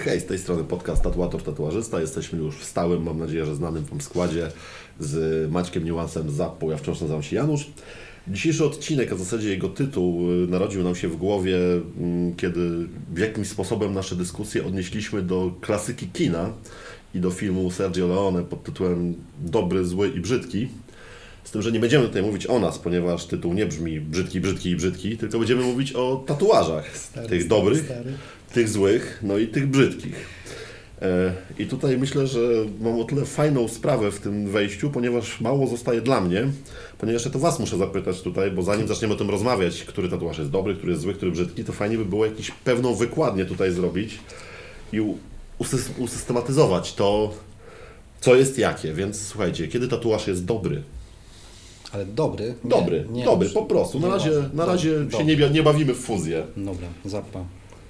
Hej, z tej strony podcast Tatuator Tatuażysta. Jesteśmy już w stałym, mam nadzieję, że znanym Wam składzie z Maćkiem Niuansem, Zappą. Ja wciąż nazywam się Janusz. Dzisiejszy odcinek, a w zasadzie jego tytuł, narodził nam się w głowie, kiedy w jakimś sposobem nasze dyskusje odnieśliśmy do klasyki kina i do filmu Sergio Leone pod tytułem Dobry, Zły i Brzydki. Z tym, że nie będziemy tutaj mówić o nas, ponieważ tytuł nie brzmi brzydki, brzydki i brzydki, tylko będziemy mówić o tatuażach. Tych dobrych, tych złych, no i tych brzydkich. I tutaj myślę, że mam o tyle fajną sprawę w tym wejściu, ponieważ mało zostaje dla mnie, ponieważ ja to Was muszę zapytać tutaj, bo zanim zaczniemy o tym rozmawiać, który tatuaż jest dobry, który jest zły, który brzydki, to fajnie by było jakąś pewną wykładnię tutaj zrobić i usystematyzować to, co jest jakie. Więc słuchajcie, kiedy tatuaż jest dobry? Ale dobry? Dobry, po prostu. Na razie się nie bawimy w fuzję. Dobra, Zappa.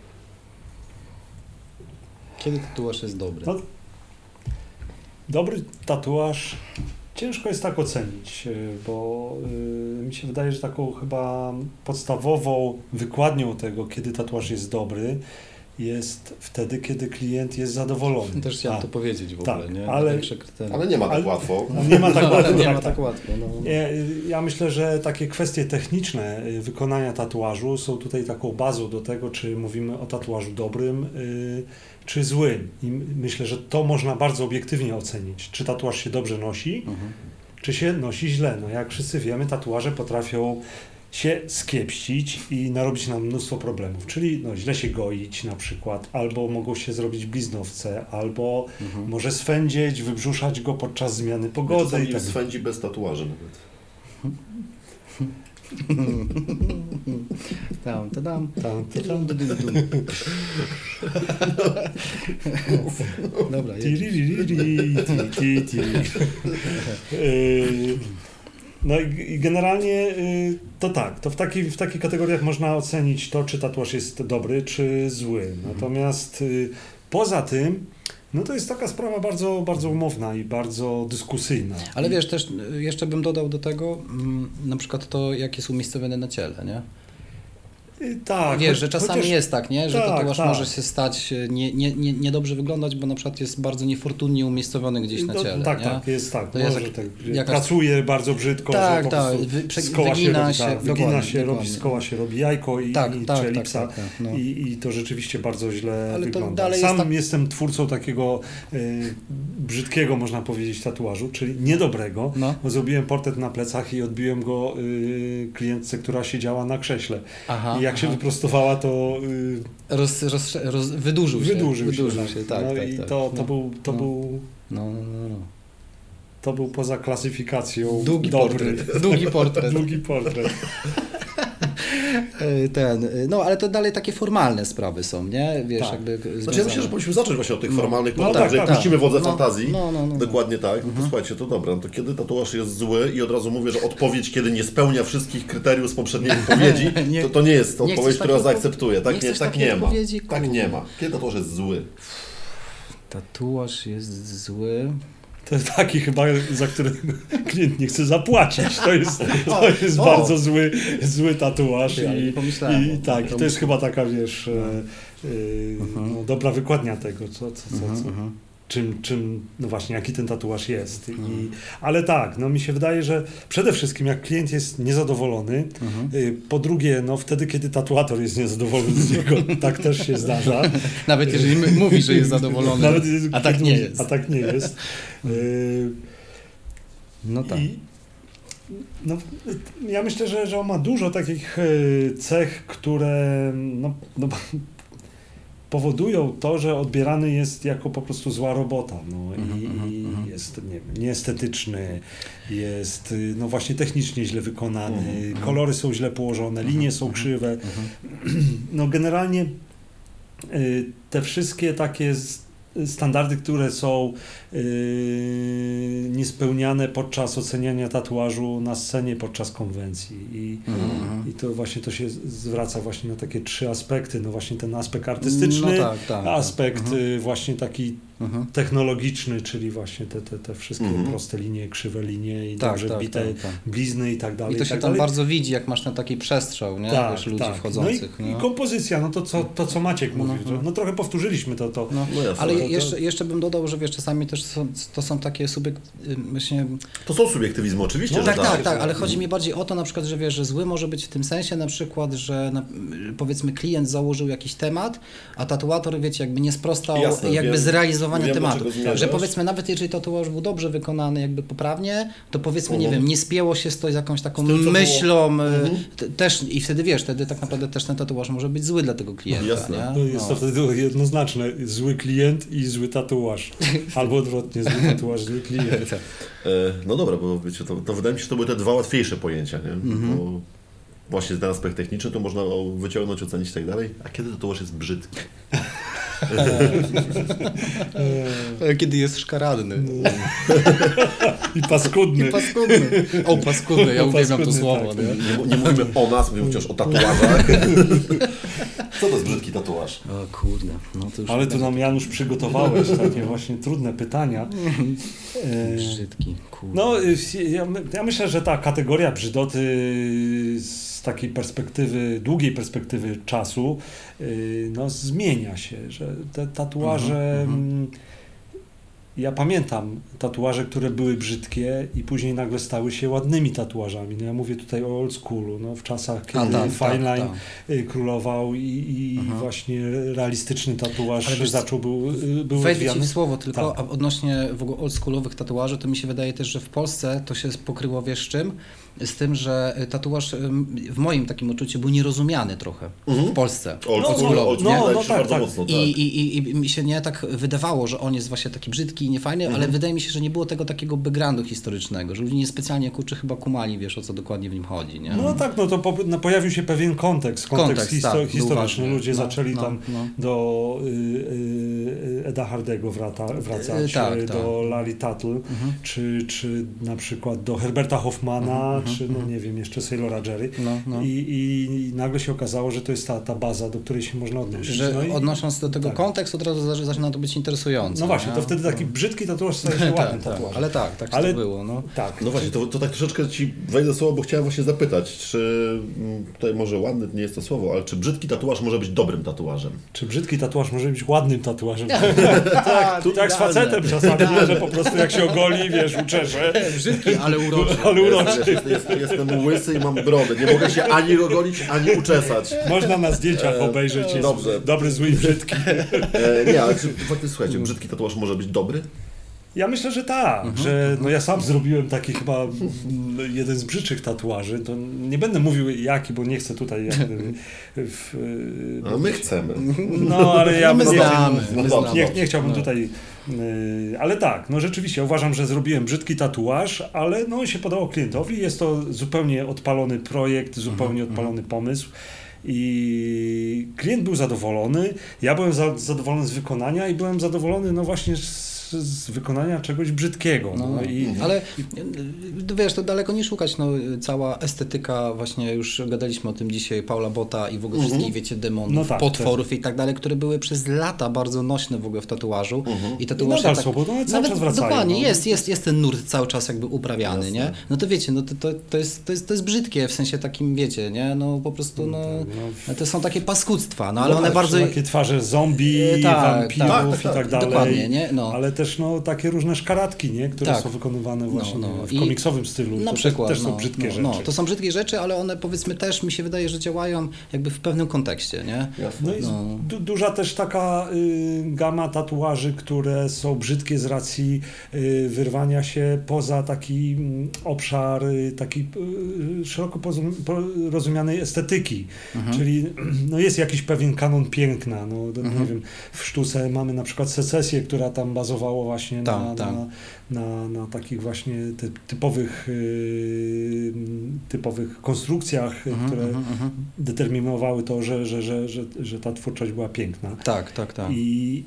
Kiedy tatuaż jest dobry? No, dobry tatuaż ciężko jest tak ocenić, bo mi się wydaje, że taką chyba podstawową wykładnią tego, kiedy tatuaż jest dobry, jest wtedy, kiedy klient jest zadowolony. Też chciałem to powiedzieć w ogóle, tak, nie? Ale nie ma tak łatwo. Nie ma tak łatwo. Nie ma tak łatwo. No. Ja myślę, że takie kwestie techniczne wykonania tatuażu są tutaj taką bazą do tego, czy mówimy o tatuażu dobrym, czy złym. I myślę, że to można bardzo obiektywnie ocenić, czy tatuaż się dobrze nosi, czy się nosi źle. No jak wszyscy wiemy, tatuaże potrafią się skiepścić i narobić nam mnóstwo problemów, czyli źle się goić na przykład, albo mogą się zrobić bliznowce, albo może swędzieć, wybrzuszać go podczas zmiany pogody. Czasami tak swędzi bez tatuaży nawet. Dobra, no i generalnie to tak, to w takich kategoriach można ocenić to, czy tatuaż jest dobry, czy zły. Natomiast poza tym, no to jest taka sprawa bardzo, bardzo umowna i bardzo dyskusyjna. Ale wiesz, też jeszcze bym dodał do tego na przykład to, jak jest umiejscowione na ciele, nie? Tak, wiesz, że czasami jest tak, nie? Że tatuaż może się stać, niedobrze wyglądać, bo na przykład jest bardzo niefortunnie umiejscowiony gdzieś na ciele. Tak, jest tak. To może pracuje bardzo brzydko, że po prostu wygina się, robi z koła się robi jajko i czy elipsa i to rzeczywiście bardzo źle wygląda. Sam jestem twórcą takiego brzydkiego, można powiedzieć, tatuażu, czyli niedobrego, bo zrobiłem portret na plecach i odbiłem go klientce, która siedziała na krześle. I jak się wyprostowała, to wydłużył się. Tak, no i to był poza klasyfikacją długi portret. Ale to dalej takie formalne sprawy są, nie? Wiesz, jakby ja myślę, że powinniśmy zacząć właśnie od tych formalnych, że puścimy wodze fantazji. Dokładnie tak. To słuchajcie, to dobra, to kiedy tatuaż jest zły i od razu mówię, że odpowiedź, kiedy nie spełnia wszystkich kryteriów z poprzedniej odpowiedzi, to nie jest to odpowiedź, która zaakceptuję. Tak nie ma. Kiedy tatuaż jest zły? Tatuaż jest zły. To jest taki chyba, za który klient nie chce zapłacić. To jest bardzo zły tatuaż. I to jest chyba taka, wiesz, dobra wykładnia tego, czym no właśnie, jaki ten tatuaż jest. Ale tak, mi się wydaje, że przede wszystkim jak klient jest niezadowolony, po drugie, wtedy, kiedy tatuator jest niezadowolony z niego, tak też się zdarza. Nawet jeżeli mówi, że jest zadowolony, a tak nie jest. No tak. Ja myślę, że on ma dużo takich cech, które powodują to, że odbierany jest jako po prostu zła robota. Jest, nie wiem, nieestetyczny, jest właśnie technicznie źle wykonany, kolory są źle położone, linie są krzywe. Generalnie te wszystkie takie standardy, które są niespełniane podczas oceniania tatuażu na scenie podczas konwencji. I to właśnie to się zwraca właśnie na takie trzy aspekty. Właśnie ten aspekt artystyczny, aspekt właśnie taki technologiczny, czyli właśnie te wszystkie proste linie, krzywe linie i dobrze bite blizny i tak dalej. I to się tam bardzo widzi, jak masz ten taki przestrzał, nie? Tak, Wiesz, ludzi wchodzących. I kompozycja, no to co Maciek mówił, no trochę powtórzyliśmy to. Ale jeszcze bym dodał, że wiesz, czasami też to są takie właśnie... To są subiektywizmy, oczywiście, że tak, ale chodzi mi bardziej o to na przykład, że wiesz, że zły może być w tym sensie na przykład, że powiedzmy klient założył jakiś temat, a tatuator, wiecie, jakby nie sprostał zrealizowania tematu. Że powiedzmy, nawet jeżeli tatuaż był dobrze wykonany, jakby poprawnie, to powiedzmy, nie wiem, nie spięło się z jakąś taką myślą też i wtedy wiesz, wtedy tak naprawdę też ten tatuaż może być zły dla tego klienta. Jasne. Nie? Jest to wtedy jednoznaczne. Zły klient i zły tatuaż. Albo odwrotnie, zły tatuaż, zły klient. No dobra, bo wiecie, to wydaje mi się, że to były te dwa łatwiejsze pojęcia, nie? Bo właśnie ten aspekt techniczny to można wyciągnąć, ocenić i tak dalej. A kiedy tatuaż jest brzydki? Kiedy jest szkaradny. I paskudny. O, paskudny, ja uwielbiam to słowo. Tak. Nie mówimy o nas, mówimy wciąż o tatuażach. Co to jest brzydki tatuaż? O kurde. No to już ale tu nam, Janusz, przygotowałeś takie właśnie trudne pytania. Brzydki, kurde. No, ja myślę, że ta kategoria brzydoty z takiej perspektywy, długiej perspektywy czasu, no zmienia się, że te tatuaże... Ja pamiętam tatuaże, które były brzydkie i później nagle stały się ładnymi tatuażami. No ja mówię tutaj o old schoolu, no w czasach, kiedy fine line królował i właśnie realistyczny tatuaż był wejdę ci w słowo tylko, a odnośnie w ogóle oldschoolowych tatuaży, to mi się wydaje też, że w Polsce to się pokryło, wiesz z czym? Z tym, że tatuaż w moim takim odczuciu był nierozumiany trochę w Polsce. I mi się nie tak wydawało, że on jest właśnie taki brzydki i niefajny, ale wydaje mi się, że nie było tego takiego backgroundu historycznego, że ludzie niespecjalnie chyba kumali, wiesz, o co dokładnie w nim chodzi, nie? No tak, no to pojawił się pewien kontekst historyczny. Ludzie zaczęli tam do Eda Hardego wracać, do Larry Tuttle, czy na przykład do Herberta Hoffmana, czy no nie wiem, jeszcze Sailora Jerry. I nagle się okazało, że to jest ta baza, do której się można odnosić. Że odnosząc do tego kontekstu, od razu zaczyna to być interesujące. No właśnie, to wtedy taki brzydki tatuaż staje się ładnym tatuażem. Ale to było. No. Tak. No właśnie, to tak troszeczkę ci wejdę słowo, bo chciałem właśnie zapytać, czy tutaj może ładny nie jest to słowo, ale czy brzydki tatuaż może być dobrym tatuażem? Czy brzydki tatuaż może być ładnym tatuażem? Tak z facetem czasami, że po prostu jak się ogoli, wiesz, uczesze. Brzydki, ale uroczy. Jestem łysy i mam brodę. Nie mogę się ani ogolić, ani uczesać. Można na zdjęciach obejrzeć. Dobrze. Dobry, zły i brzydki. Nie, ale czy faktycznie, słuchajcie, brzydki tatuaż może być dobry? Ja myślę, że tak, że no ja sam zrobiłem taki chyba jeden z brzydszych tatuaży, to nie będę mówił jaki, bo nie chcę tutaj my chcemy. No, ale ja nie chciałbym tutaj, ale tak, no rzeczywiście uważam, że zrobiłem brzydki tatuaż, ale no się podobał klientowi, jest to zupełnie odpalony projekt, zupełnie odpalony pomysł. I klient był zadowolony, ja byłem zadowolony z wykonania i byłem zadowolony no właśnie z wykonania czegoś brzydkiego. Ale wiesz, to daleko nie szukać, cała estetyka, właśnie już gadaliśmy o tym dzisiaj, Paula Botta i w ogóle wszystkich, wiecie, demonów, potworów i tak dalej, które były przez lata bardzo nośne w ogóle w tatuażu. I tatuaż nadal są, bo one cały czas wracają. Dokładnie, jest ten nurt cały czas jakby uprawiany, jasne. Nie? No to wiecie, to jest brzydkie, w sensie takim, wiecie, nie? No po prostu, to są takie paskudztwa, ale one bardzo... Takie twarze zombie, wampirów i tak dalej. Dokładnie, nie? Ale też takie różne szkaradki, nie? Które są wykonywane właśnie w komiksowym stylu. Na przykład, też są brzydkie rzeczy. To są brzydkie rzeczy, ale one powiedzmy też mi się wydaje, że działają jakby w pewnym kontekście, nie? Duża też taka gama tatuaży, które są brzydkie z racji wyrwania się poza taki obszar taki szeroko rozumianej estetyki. Czyli jest jakiś pewien kanon piękna. Nie wiem, w sztuce mamy na przykład secesję, która tam bazowała właśnie na takich właśnie typowych konstrukcjach, które determinowały to, że ta twórczość była piękna. Tak. I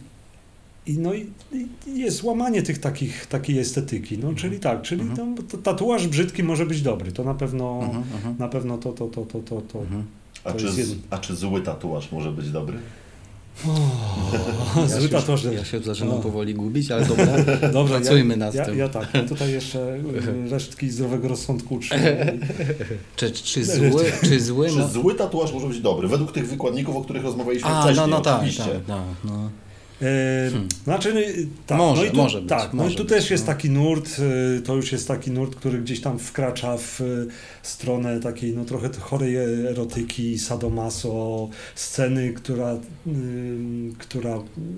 jest łamanie takiej estetyki. Czyli tatuaż brzydki może być dobry. To na pewno A czy zły tatuaż może być dobry? Zły tatuaż. Ja się zaczynam powoli gubić, ale dobra, pracujmy nad tym. Ja tak, ja tutaj jeszcze resztki zdrowego rozsądku Czy zły tatuaż może być dobry? Według tych wykładników, o których rozmawialiśmy wcześniej, oczywiście. Znaczy, tak, może być. Tak, no i tu też jest taki nurt, to już jest taki nurt, który gdzieś tam wkracza w stronę takiej trochę chorej erotyki, sadomaso, sceny, która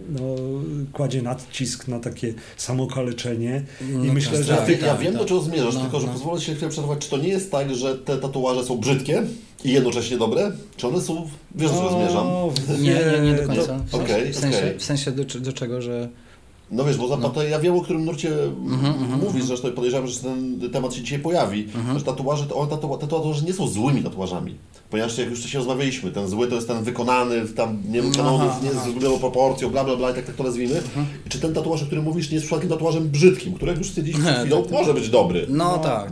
kładzie nacisk na takie samokaleczenie i myślę, że... Ja wiem, do czego zmierzasz, tylko że pozwolę się chwilę przerwać, czy to nie jest tak, że te tatuaże są brzydkie i jednocześnie dobre? Czy one są... Wiesz, do czego zmierzam? Nie do końca. W sensie do czego, że... No wiesz, bo to ja wiem, o którym nurcie mówisz, zresztą podejrzewam, że ten temat się dzisiaj pojawi, że tatuaże nie są złymi tatuażami, ponieważ jak już wcześniej rozmawialiśmy, ten zły to jest ten wykonany, tam nie wiem, kanonów, nie z zgubioną proporcją, bla bla bla i tak to nazwijmy. I czy ten tatuaż, o którym mówisz, nie jest przypadkiem tatuażem brzydkim, który jak już stwierdziliśmy przed chwilą, może być dobry. Tak.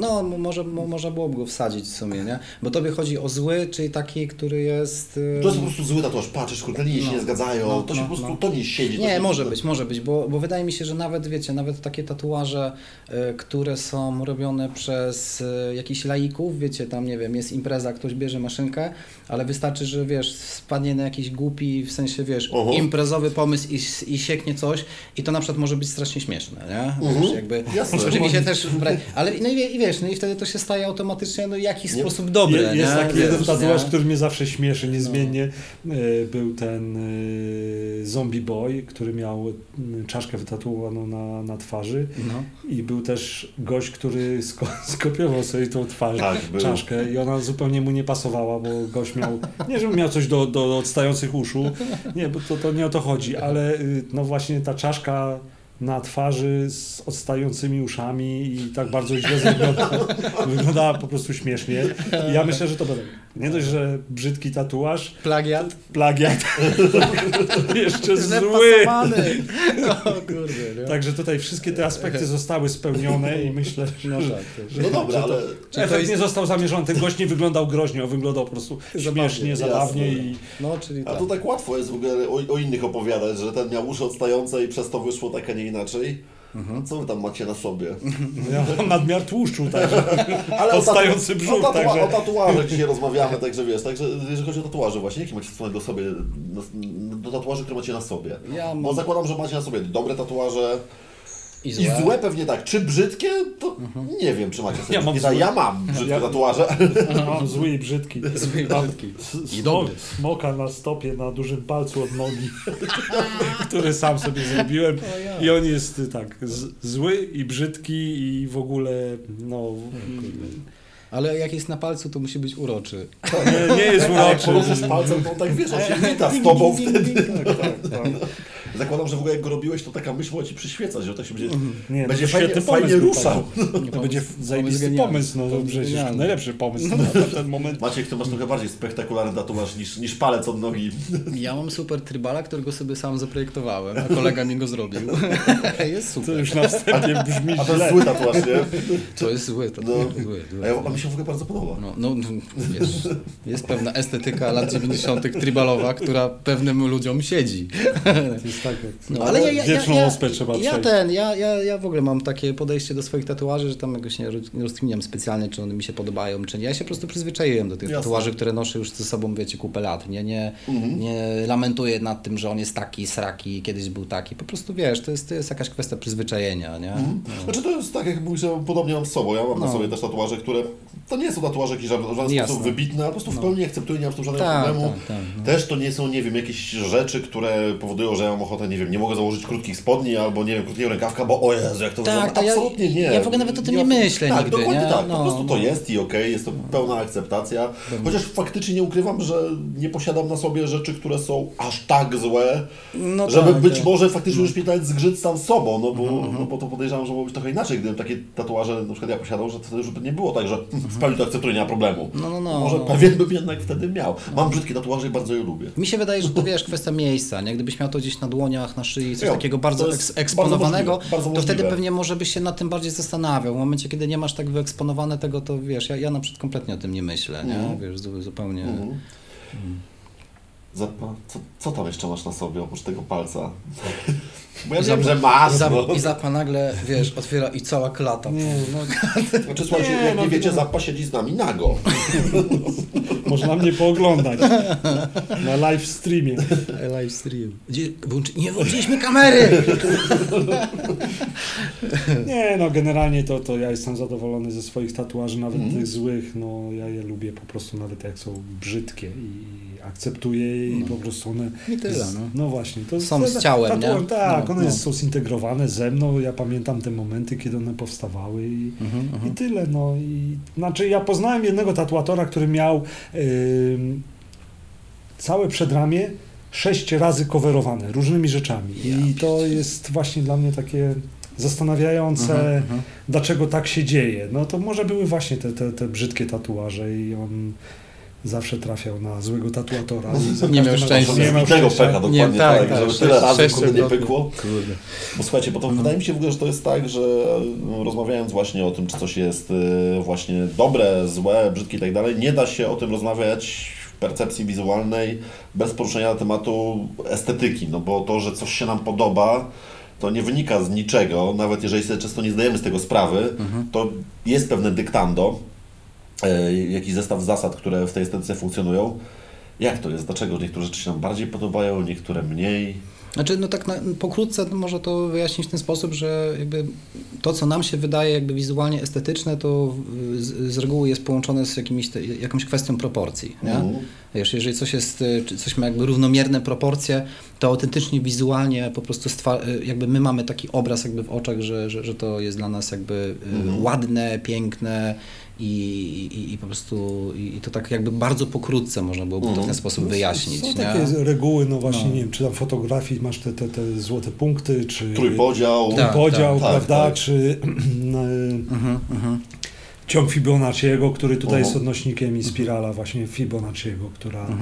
Może byłoby go wsadzić w sumie, nie? Bo tobie chodzi o zły, czyli taki, który jest... To jest po prostu zły tatuaż, patrzysz, te linie się nie zgadzają, to się po prostu, to nie siedzi. Nie, może być, bo wydaje mi się, że nawet takie tatuaże, które są robione przez jakichś laików, wiecie, tam nie wiem, jest impreza, ktoś bierze maszynkę, ale wystarczy, że wiesz, spadnie na jakiś głupi, w sensie wiesz, imprezowy pomysł i sieknie coś i to na przykład może być strasznie śmieszne, nie? Wiesz, jakby, oczywiście też, ale i wtedy to się staje automatycznie w jakiś sposób dobre. Jest taki jeden tatuaż, który mnie zawsze śmieszy niezmiennie. Był ten Zombie Boy, który miał czaszkę wytatuowaną na twarzy i był też gość, który skopiował sobie tą czaszkę i ona zupełnie mu nie pasowała, bo gość miał, nie żeby miał coś do odstających uszu, nie, bo to nie o to chodzi, ale właśnie ta czaszka na twarzy z odstającymi uszami i tak bardzo źle wyglądała po prostu śmiesznie. I ja myślę, że to będzie nie dość, że brzydki tatuaż. Plagiat. Jeszcze zły. O kurde. Także tutaj wszystkie te aspekty zostały spełnione i myślę, że dobra, ale efekt nie został zamierzony. Ten gość nie wyglądał groźnie, on wyglądał po prostu śmiesznie, zabawnie. A to tak łatwo jest w ogóle o innych opowiadać, że ten miał uszy odstające i przez to wyszło tak, a nie inaczej. Co wy tam macie na sobie? Ja mam nadmiar tłuszczu, także odstający brzuch. O tatuażach dzisiaj rozmawiamy, także wiesz, także jeżeli chodzi o tatuaże właśnie, jakie macie stosunek do tatuaży, które macie na sobie? Bo zakładam, że macie na sobie dobre tatuaże, I złe pewnie tak. Czy brzydkie? To nie wiem, czy macie sobie ja mam brzydkie tatuaże. Mam zły i brzydki. Zły i brzydki. I dobry. Smoka na stopie, na dużym palcu od nogi, który sam sobie zrobiłem. I on jest tak, zły i brzydki i w ogóle, Ale jak jest na palcu, to musi być uroczy. Nie jest uroczy. Jak poruszysz palcem, to tak wiesz, on się wita z tobą wtedy. Tak. Zakładam, że w ogóle jak go robiłeś, to taka myśl ci przyświecać, że tak się będzie fajnie ruszał. To będzie zajebisty pomysł, przecież najlepszy pomysł na ten moment. Maciek, ty masz trochę bardziej spektakularny tatuaż niż palec od nogi. Ja mam super trybala, którego sobie sam zaprojektowałem, a kolega mi go zrobił. Jest super. To już na wstępie brzmi źle. A to jest zły tatuaż, nie? To jest zły. A mi się w ogóle bardzo podoba. Wiesz, jest pewna estetyka lat 90. tribalowa, która pewnym ludziom siedzi. To jest tak, ale wieczną ospę trzeba przejść. Ja w ogóle mam takie podejście do swoich tatuaży, że tam jakoś nie rozkminiam specjalnie, czy one mi się podobają, czy nie. Ja się po prostu przyzwyczaiłem do tych tatuaży, które noszę już ze sobą, wiecie, kupę lat. Nie lamentuję nad tym, że on jest taki, sraki, kiedyś był taki. Po prostu, wiesz, to jest jakaś kwestia przyzwyczajenia, nie? Znaczy to jest tak, jak mówisz, podobnie mam z sobą. Ja mam na sobie też tatuaże, które to nie są tatuaże jakieś w żaden sposób wybitne, ale po prostu w pełni akceptuję, nie mam z tym żadnego problemu. Też to nie są, nie wiem, jakieś rzeczy, które powodują, że ja mam ochotę, nie wiem, nie mogę założyć krótkich spodni albo, nie wiem, krótkiego rękawka, bo o Jezu, jak to wygląda. Absolutnie nie. Ja w ogóle nawet o tym nie myślę nigdy, dokładnie nie? Tak, po prostu to jest i okej, jest to pełna akceptacja. Chociaż faktycznie nie ukrywam, że nie posiadam na sobie rzeczy, które są aż tak złe, żeby być może faktycznie już mnie zgrzyć sam sobą, bo to podejrzewam, że mogło być trochę inaczej, gdybym takie tatuaże na przykład ja posiadał, że to już by nie było tak, że w pełni to akceptuję, nie ma problemu. Może pewien bym jednak wtedy miał. Mam brzydkie tatuaże i bardzo je lubię. Mi się wydaje, że to wiesz, kwestia miejsca, nie? Gdybyś miał to gdzieś na dłoniach, na szyi, coś takiego bardzo eksponowanego, to wtedy pewnie może byś się nad tym bardziej zastanawiał. W momencie, kiedy nie masz tak wyeksponowane tego, to wiesz, ja na przykład kompletnie o tym nie myślę, nie? Wiesz, zupełnie... Co tam jeszcze masz na sobie oprócz tego palca? Bo ja wiem, że masz. I Zappa nagle, wiesz, otwiera i cała klata. Nie, no. Znaczy, słuchajcie, jak nie wiecie, Zappa siedzi z nami nago. Można mnie pooglądać na live streamie. Live stream. Nie włączyliśmy kamery! Nie, no generalnie to ja jestem zadowolony ze swoich tatuaży, nawet tych złych, no ja je lubię po prostu nawet jak są brzydkie i akceptuję je i po prostu one... I tyle, no. No właśnie. To są z ciałem, nie? Tak, one są zintegrowane ze mną, ja pamiętam te momenty, kiedy one powstawały i tyle, no i... Znaczy ja poznałem jednego tatuatora, który miał całe przedramię 6 razy coverowane różnymi rzeczami i to jest właśnie dla mnie takie zastanawiające, dlaczego tak się dzieje. No to może były właśnie te brzydkie tatuaże i on zawsze trafiał na złego tatuatora. Nie miał szczęścia. Nie miał pecha, dokładnie nie, tak, żeby tyle razy nie pykło. Bo słuchajcie, bo to wydaje mi się w ogóle, że to jest tak, że rozmawiając właśnie o tym, czy coś jest właśnie dobre, złe, brzydkie i tak dalej, nie da się o tym rozmawiać w percepcji wizualnej bez poruszenia tematu estetyki, no bo to, że coś się nam podoba, to nie wynika z niczego, nawet jeżeli sobie często nie zdajemy z tego sprawy, to jest pewne dyktando, jakiś zestaw zasad, które w tej estetyce funkcjonują. Jak to jest? Dlaczego niektóre rzeczy się nam bardziej podobają, niektóre mniej? Znaczy, no tak pokrótce można to wyjaśnić w ten sposób, że jakby to, co nam się wydaje jakby wizualnie estetyczne, to z reguły jest połączone z jakąś kwestią proporcji, nie? Wiesz, jeżeli coś ma jakby równomierne proporcje, to autentycznie wizualnie po prostu jakby my mamy taki obraz jakby w oczach, że to jest dla nas jakby ładne, piękne i po prostu i to tak jakby bardzo pokrótce można byłoby to w ten sposób wyjaśnić. Są takie reguły, no właśnie, nie wiem, czy tam w fotografii masz te złote punkty, czy... Trójpodział, prawda, tak. czy... ciąg Fibonacciego, który tutaj jest odnośnikiem i spirala właśnie Fibonacciego,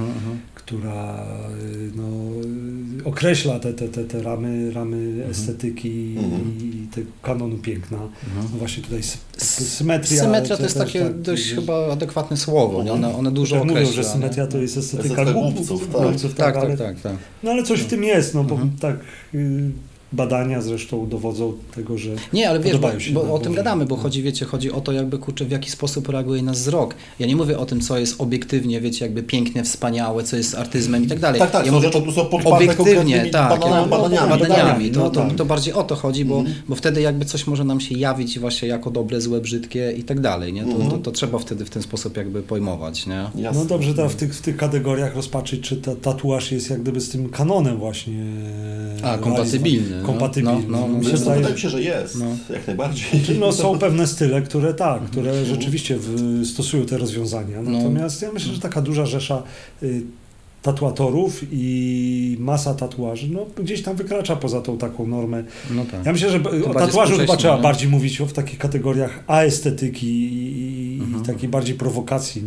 która no, określa te ramy estetyki i tego kanonu piękna. No właśnie tutaj symetria. Symetria to jest takie tak, dość chyba adekwatne słowo, nie? One dużo określa. Mówią, że symetria to jest estetyka głupców. Tak. No ale coś w tym jest, no bo tak... Badania zresztą dowodzą tego, że nie, ale wiesz, bo o tym Boże. gadamy, bo chodzi o to jakby, kurczę, w jaki sposób reaguje nasz wzrok. Ja nie mówię o tym, co jest obiektywnie, wiecie, jakby pięknie, wspaniałe, co jest artyzmem i tak dalej. Tak, ja mówię rzeczy, są obiektywnie, tak, badaniami. No, To bardziej o to chodzi, bo wtedy jakby coś może nam się jawić właśnie jako dobre, złe, brzydkie i tak dalej, nie? To trzeba wtedy w ten sposób jakby pojmować, nie? Jasne. No dobrze, teraz w tych kategoriach rozpatrzyć, czy tatuaż jest jak gdyby z tym kanonem właśnie kompatybilny. Wydaje mi się, że jest, jak najbardziej. No są pewne style, które rzeczywiście stosują te rozwiązania. Natomiast ja myślę, że taka duża rzesza tatuatorów i masa tatuaży, no gdzieś tam wykracza poza tą taką normę. No tak. Ja myślę, że o tatuażu chyba trzeba bardziej mówić w takich kategoriach aestetyki i takiej bardziej prowokacji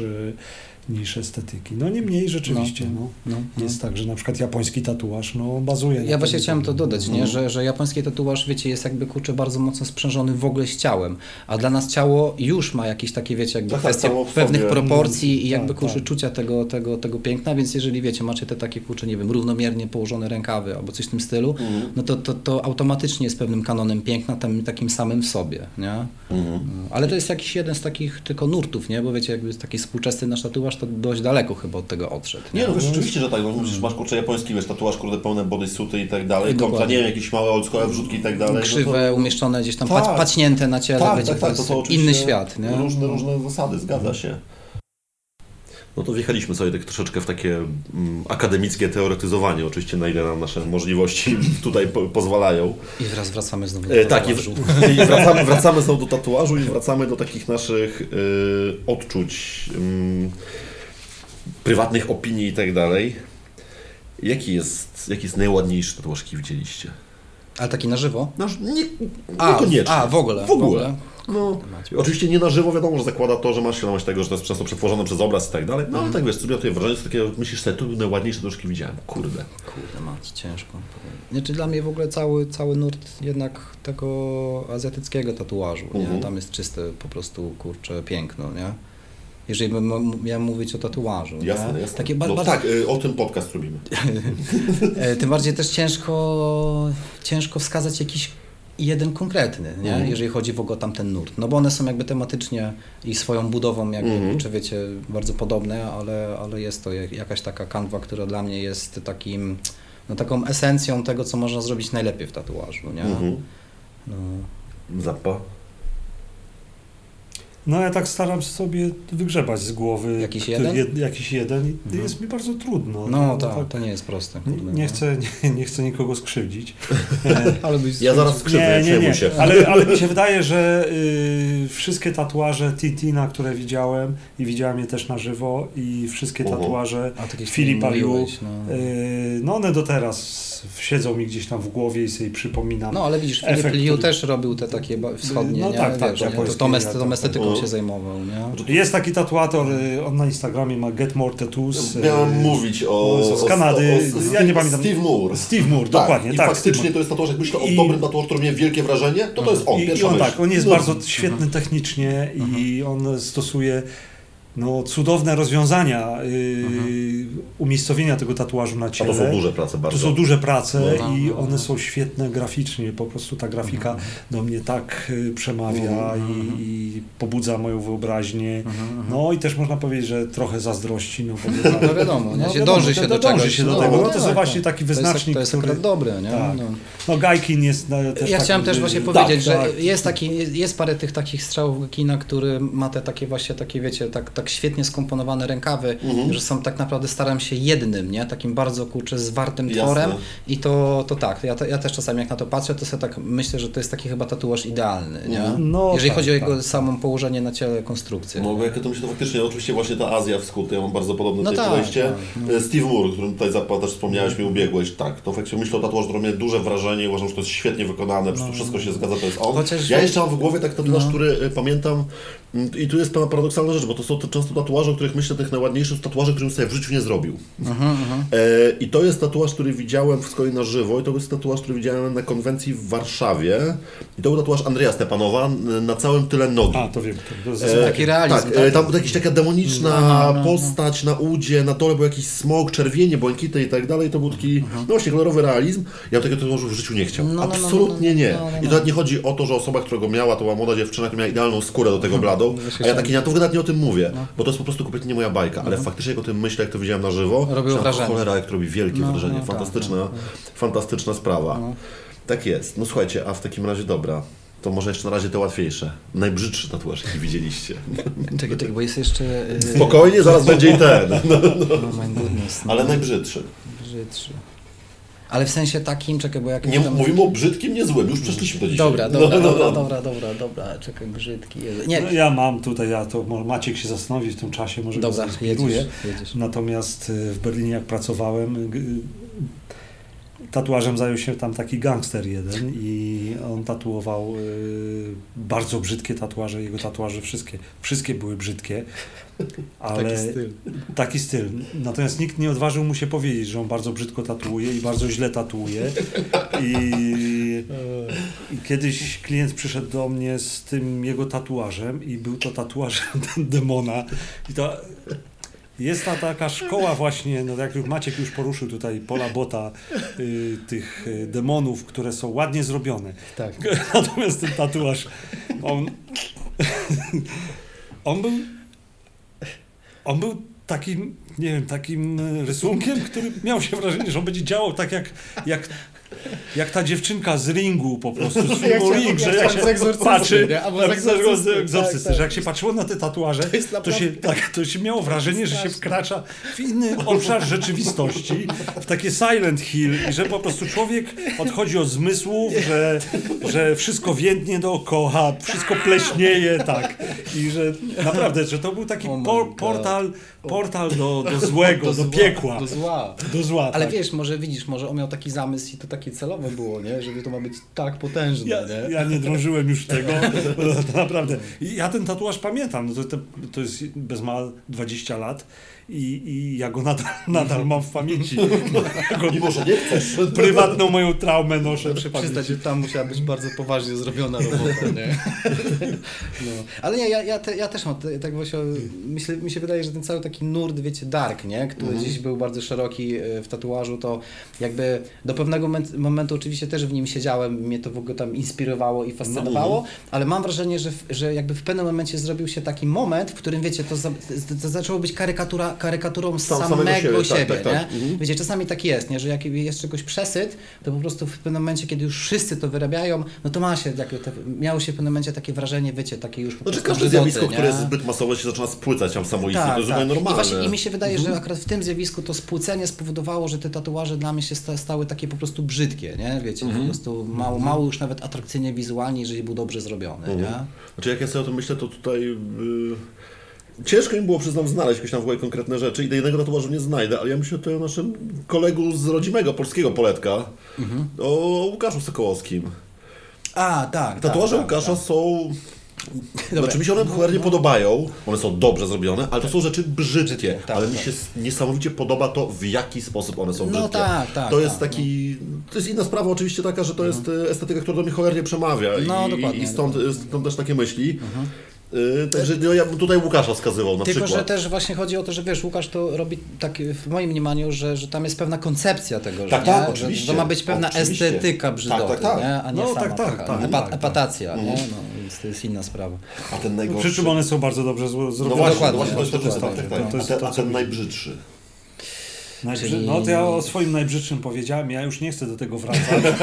niż estetyki. No niemniej rzeczywiście jest tak, że na przykład japoński tatuaż bazuje na ja właśnie chciałem to dodać, nie? Że japoński tatuaż, wiecie, jest jakby bardzo mocno sprzężony w ogóle z ciałem, a dla nas ciało już ma jakieś takie, wiecie, jakby kwestie pewnych proporcji i jakby czucia tego piękna, więc jeżeli, wiecie, macie te takie, nie wiem, równomiernie położone rękawy albo coś w tym stylu, no to automatycznie jest pewnym kanonem piękna, takim samym w sobie, nie? Ale to jest jakiś jeden z takich tylko nurtów, nie? Bo wiecie, jakby taki współczesny nasz tatuaż to dość daleko chyba od tego odszedł. Nie, no rzeczywiście, że tak, no musisz, masz japoński, tatuaż, pełne bodysuity i tak dalej, kontra, nie wiem, jakieś małe oldschoolowe wrzutki i tak dalej. Krzywe, umieszczone gdzieś tam, paćnięte na ciele, wiecie, to inny świat, nie? Różne zasady, zgadza się. No to wjechaliśmy sobie tak troszeczkę w takie akademickie teoretyzowanie, oczywiście na ile nam nasze możliwości tutaj pozwalają. I wraz wracamy znowu do tatuażu. I wracamy znowu do tatuażu i wracamy do takich naszych odczuć, prywatnych opinii i tak dalej. Jaki jest najładniejszy tatuaż, jaki widzieliście? Ale taki na żywo? Niekoniecznie. W ogóle. No, oczywiście nie na żywo, wiadomo, że zakłada to, że masz świadomość tego, że to jest często przetworzone przez obraz i tak dalej. No ale tak wiesz, sobie tutaj wrażenie, to takie, myślisz sobie, tu najładniejsze tatuażki widziałem. Kurde, mać, ciężko. Znaczy dla mnie w ogóle cały nurt jednak tego azjatyckiego tatuażu, nie? Tam jest czyste po prostu, piękno, nie? jeżeli miałem mówić o tatuażu. Jasne. Takie tak, o tym podcast robimy. Tym bardziej też ciężko wskazać jakiś jeden konkretny, nie? Jeżeli chodzi w ogóle o tamten nurt. No bo one są jakby tematycznie i swoją budową, jakby, czy wiecie, bardzo podobne, ale jest to jakaś taka kanwa, która dla mnie jest taką esencją tego, co można zrobić najlepiej w tatuażu, nie? No. Zappa? No ja tak staram się sobie wygrzebać z głowy jakiś jeden i jest mi bardzo trudno. No tak, to nie jest proste. Kurde, nie chcę nikogo skrzywdzić. Ja zaraz skrzywdzę, nie się. Ale mi się wydaje, że wszystkie tatuaże Tintina, które widziałem i widziałem je też na żywo i wszystkie tatuaże Filipa Liu, no one do teraz siedzą mi gdzieś tam w głowie i sobie przypominam. No ale widzisz, Filip Liu też robił te takie wschodnie, no, nie? Tak, tą estetyką się zajmował, nie? Jest taki tatuator, on na Instagramie ma Get More Tattoos. Miałem mówić z Kanady, ja nie pamiętam. Steve Moore, dokładnie. I faktycznie to jest tatuaż, jak myślę o dobrym tatuażu, który mnie wielkie wrażenie, to jest on, pierwsza myśl. On jest bardzo świetny technicznie i on stosuje cudowne rozwiązania umiejscowienia tego tatuażu na ciele. A to są duże prace bardzo. To są duże prace i one są świetne graficznie. Po prostu ta grafika do mnie tak przemawia i pobudza moją wyobraźnię. No i też można powiedzieć, że trochę zazdrości. No wiadomo, nie? Dąży się do czegoś. No to jest właśnie taki wyznacznik, to jest akurat dobre, nie? Tak. No Gaikin jest też ja chciałem też właśnie powiedzieć, że jest parę tych takich strzałów kina, który ma te takie właśnie, wiecie, tak świetnie skomponowane rękawy, że są tak naprawdę, staram się jednym, nie? Takim bardzo zwartym tworem i to tak, ja też czasami jak na to patrzę, to sobie tak myślę, że to jest taki chyba tatuaż idealny, nie? Jeżeli chodzi o jego samą położenie na ciele, konstrukcję. No bo jak to myślę, to faktycznie, oczywiście właśnie ta Azja wschód, ja mam bardzo podobne podejście. Steve Moore, o którym tutaj też wspomniałeś, mi ubiegłeś, tak, to faktycznie myślę o tatuażu, który mnie duże wrażenie, uważam, że to jest świetnie wykonane, wszystko się zgadza, to jest on. Ja jeszcze mam w głowie tak tatuaż, który pamiętam, i tu jest pewna paradoksalna rzecz, bo to są często tatuaże, o których myślę, tych najładniejszych tatuaży, którym sobie w życiu nie zrobił. I to jest tatuaż, który widziałem z kolei na żywo i to jest tatuaż, który widziałem na konwencji w Warszawie i to był tatuaż Andrzeja Stepanowa na całym tyle nogi. A, to wiem. To jest taki realizm. Tak, tam była jakaś taka demoniczna postać na udzie, na dole był jakiś smok, czerwienie, błękity i tak dalej, to był taki, właśnie kolorowy realizm. Ja takiego tatuażu w życiu nie chciał. Absolutnie nie. I to nawet nie chodzi o to, że osoba, która go miała, to była młoda dziewczyna, która miała idealną skórę do tego bladą, a ja taki nawet nie o tym mówię, bo to jest po prostu kompletnie nie moja bajka, ale faktycznie jak o tym myślę, jak to widziałem na żywo, robiło wrażenie. Cholera, jak to robi wielkie wrażenie, fantastyczna sprawa. Tak jest. No słuchajcie, a w takim razie dobra, to może jeszcze na razie te łatwiejsze. Najbrzydszy tatuaż, jaki widzieliście. Czekaj, bo jest jeszcze... Spokojnie, zaraz będzie i ten. Ale najbrzydszy. Ale w sensie takim, czekaj, bo jak... Mówimy o brzydkim, nie złym, już przeszliśmy do dzisiaj. Dobra, czekaj, brzydki. Nie. No, ja mam tutaj, Maciek się zastanowi w tym czasie, może go zainspiruje. Jedziesz. Natomiast w Berlinie jak pracowałem, tatuażem zajął się tam taki gangster jeden i on tatuował bardzo brzydkie tatuaże, jego tatuaże wszystkie były brzydkie, ale taki styl. Natomiast nikt nie odważył mu się powiedzieć, że on bardzo brzydko tatuuje i bardzo źle tatuuje i kiedyś klient przyszedł do mnie z tym jego tatuażem i był to tatuaż demona i to... Jest ta taka szkoła właśnie, jak Maciek już poruszył tutaj Paula Bota, tych demonów, które są ładnie zrobione. Tak. Natomiast ten tatuaż, on był takim, nie wiem, takim rysunkiem, który miał się wrażenie, że on będzie działał tak jak ta dziewczynka z Ringu po prostu, z filmu Ring, że jak się patrzy, że jak się patrzyło na te tatuaże, to się miało wrażenie, że się wkracza w inny obszar rzeczywistości, w takie Silent Hill i że po prostu człowiek odchodzi od zmysłów, że wszystko więdnie dookoła, wszystko pleśnieje, tak. I że naprawdę, że to był taki portal do złego, do piekła. Do zła. Ale wiesz, może on miał taki zamysł i to taki takie celowe było, nie? Żeby to ma być tak potężne, nie? Ja nie drążyłem już tego, to naprawdę. Ja ten tatuaż pamiętam, to jest bez mała 20 lat i ja go nadal mam w pamięci. Mimo, że nie chcesz. Prywatną moją traumę noszę. Muszę przyznać, że tam musiała być bardzo poważnie zrobiona robota, nie? No. Ale nie, ja też mam, tak właśnie, mi się wydaje, że ten cały taki nurt, wiecie, dark, nie? Który gdzieś był bardzo szeroki w tatuażu, to jakby do pewnego momentu oczywiście też w nim siedziałem, mnie to w ogóle tam inspirowało i fascynowało, ale mam wrażenie, że jakby w pewnym momencie zrobił się taki moment, w którym, wiecie, to zaczęło być karykaturą samego siebie, nie? Wiecie, czasami tak jest, nie? Że jak jest czegoś przesyt, to po prostu w pewnym momencie, kiedy już wszyscy to wyrabiają, no to miało się w pewnym momencie takie wrażenie, wiecie, takie już po prostu każde zjawisko, które jest zbyt masowe, się zaczyna spłycać tam samoistnie, to jest normalne. I mi się wydaje, że akurat w tym zjawisku to spłycenie spowodowało, że te tatuaże dla mnie się stały takie po prostu brzydkie, nie? Wiecie, po prostu mało już nawet atrakcyjnie wizualnie, jeżeli był dobrze zrobiony, nie? Znaczy jak ja sobie o tym myślę, to tutaj... Ciężko mi było, przyznam, znaleźć jakieś tam w ogóle konkretne rzeczy i do jednego tatuażu nie znajdę, ale ja myślę tutaj o naszym kolegu z rodzimego polskiego poletka, o Łukaszu Sokołowskim. Tak. Tatuaże Łukasza są... Znaczy mi się one cholernie podobają, one są dobrze zrobione, ale to są rzeczy brzydkie, ale mi się niesamowicie podoba to, w jaki sposób one są brzydkie. To jest taki... To jest inna sprawa oczywiście taka, że to jest estetyka, która do mnie cholernie przemawia i stąd też takie myśli. Także ja bym tutaj Łukasza wskazywał na przykład. Tylko, że też właśnie chodzi o to, że wiesz, Łukasz to robi tak w moim mniemaniu, że tam jest pewna koncepcja tego, że oczywiście. Że to ma być pewna estetyka brzydota, nie? A nie sama epatacja, nie? No, więc to jest inna sprawa. A ten najgorszy... Przy czym one są bardzo dobrze zrobione. No właśnie, to jest to, ten najbrzydszy. No to ja o swoim najbrzydszym powiedziałem, ja już nie chcę do tego wracać.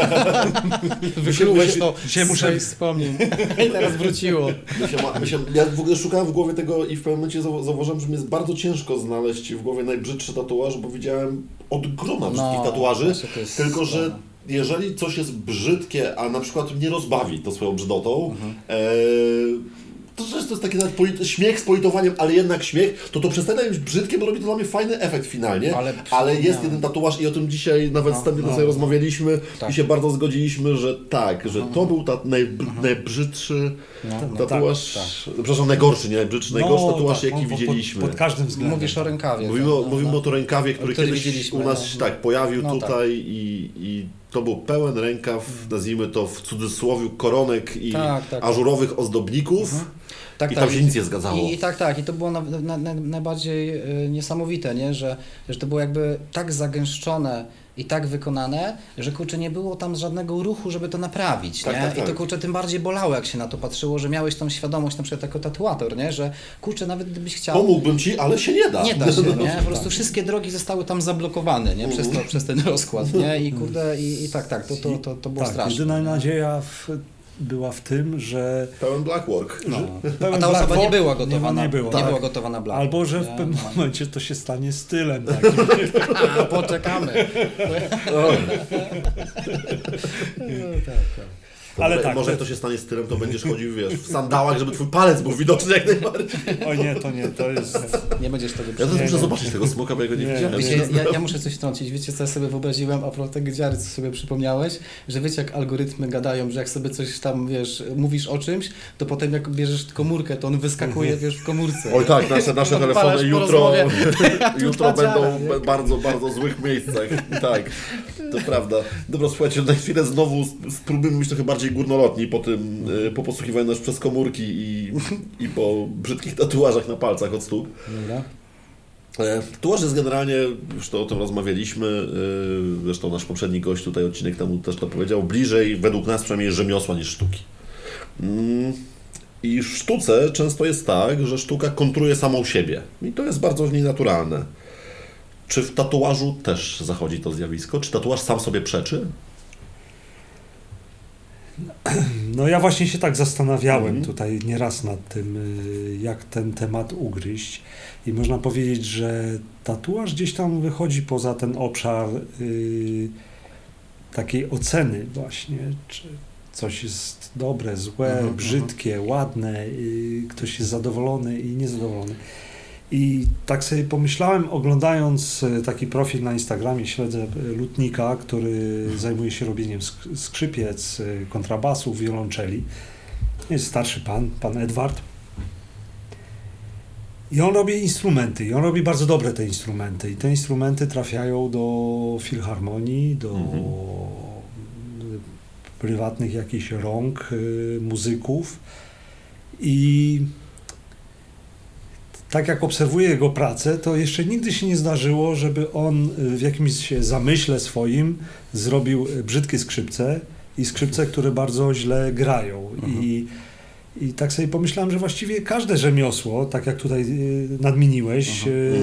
Wyklułeś to muszę wspomnieć. I teraz wróciło. Ja w ogóle szukałem w głowie tego i w pewnym momencie zauważyłem, że mi jest bardzo ciężko znaleźć w głowie najbrzydszy tatuaż, bo widziałem od groma brzydkich tatuaży, tylko że jeżeli coś jest brzydkie, a na przykład mnie rozbawi to swoją brzydotą, to jest taki nawet śmiech z politowaniem, ale jednak śmiech, to przestaje być brzydkie, bo robi to dla mnie fajny efekt finalnie, ale jest jeden tatuaż i o tym dzisiaj nawet sobie rozmawialiśmy i się bardzo zgodziliśmy, że że to był najbrzydszy tatuaż, przepraszam, najgorszy, nie najbrzydszy, najgorszy tatuaż, jaki widzieliśmy. Pod każdym względem. Mówisz o rękawie. Mówimy o to rękawie, który kiedyś u nas się pojawił tutaj i to był pełen rękaw, nazwijmy to w cudzysłowie, koronek i ażurowych ozdobników. I tam się nic nie zgadzało. I to było najbardziej niesamowite, nie? Że to było jakby tak zagęszczone i tak wykonane, że kurczę, nie było tam żadnego ruchu, żeby to naprawić, nie? I to kurczę tym bardziej bolało, jak się na to patrzyło, że miałeś tą świadomość na przykład jako tatuator, nie? Że kurczę, nawet gdybyś chciał... Pomógłbym ci, ale się nie da. Nie da się, nie? Po prostu wszystkie drogi zostały tam zablokowane, nie? Przez ten rozkład, nie? I kurde, to było straszne. Jedyna nadzieja była w tym, że... Pełen blackwork. A ta osoba nie była gotowa nie była gotowa na black. Albo, że w pewnym momencie to się stanie stylem takim. Poczekamy. Ale może jak to się stanie stylem, to będziesz chodził, w sandałach, żeby twój palec był widoczny jak najbardziej. O nie, to jest... Nie będziesz tego Ja też muszę zobaczyć tego smoka, bo ja go nie widziałem. Wiecie, ja muszę coś wtrącić. Wiecie, co ja sobie wyobraziłem, a propos tego dziary, co sobie przypomniałeś, że wiecie, jak algorytmy gadają, że jak sobie coś tam, mówisz o czymś, to potem jak bierzesz komórkę, to on wyskakuje, w komórce. Oj tak, nasze telefony jutro będą w bardzo, bardzo złych miejscach. Tak, to prawda. Dobra, słuchajcie, na chwilę znowu spróbujmy być trochę bardziej górnolotni po posłuchiwaniu nas przez komórki i po brzydkich tatuażach na palcach od stóp. Tatuaż jest generalnie, już to o tym rozmawialiśmy, zresztą nasz poprzedni gość tutaj odcinek temu też to powiedział, bliżej według nas przynajmniej rzemiosła niż sztuki. I w sztuce często jest tak, że sztuka kontruje samą siebie i to jest bardzo w niej naturalne. Czy w tatuażu też zachodzi to zjawisko? Czy tatuaż sam sobie przeczy? No ja właśnie się tak zastanawiałem tutaj nieraz nad tym, jak ten temat ugryźć i można powiedzieć, że tatuaż gdzieś tam wychodzi poza ten obszar takiej oceny właśnie, czy coś jest dobre, złe, brzydkie, ładne, ktoś jest zadowolony i niezadowolony. I tak sobie pomyślałem, oglądając taki profil na Instagramie, śledzę lutnika, który zajmuje się robieniem skrzypiec, kontrabasów, wiolonczeli. Jest starszy pan Edward. I on robi instrumenty, i on robi bardzo dobre te instrumenty. I te instrumenty trafiają do filharmonii, do prywatnych jakichś rąk muzyków. I tak jak obserwuję jego pracę, to jeszcze nigdy się nie zdarzyło, żeby on w jakimś zamyśle swoim zrobił brzydkie skrzypce i skrzypce, które bardzo źle grają. I tak sobie pomyślałem, że właściwie każde rzemiosło, tak jak tutaj nadmieniłeś,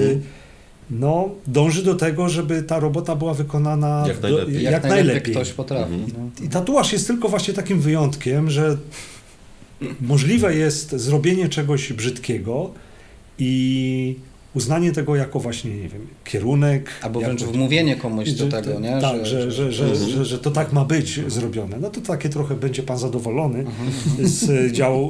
no, dąży do tego, żeby ta robota była wykonana jak najlepiej. Ktoś potrafi. I tatuaż jest tylko właśnie takim wyjątkiem, że możliwe jest zrobienie czegoś brzydkiego i uznanie tego jako właśnie, nie wiem, kierunek. Albo wręcz wmówienie komuś do tego, nie? Tak, że to tak ma być zrobione. No to takie trochę będzie pan zadowolony z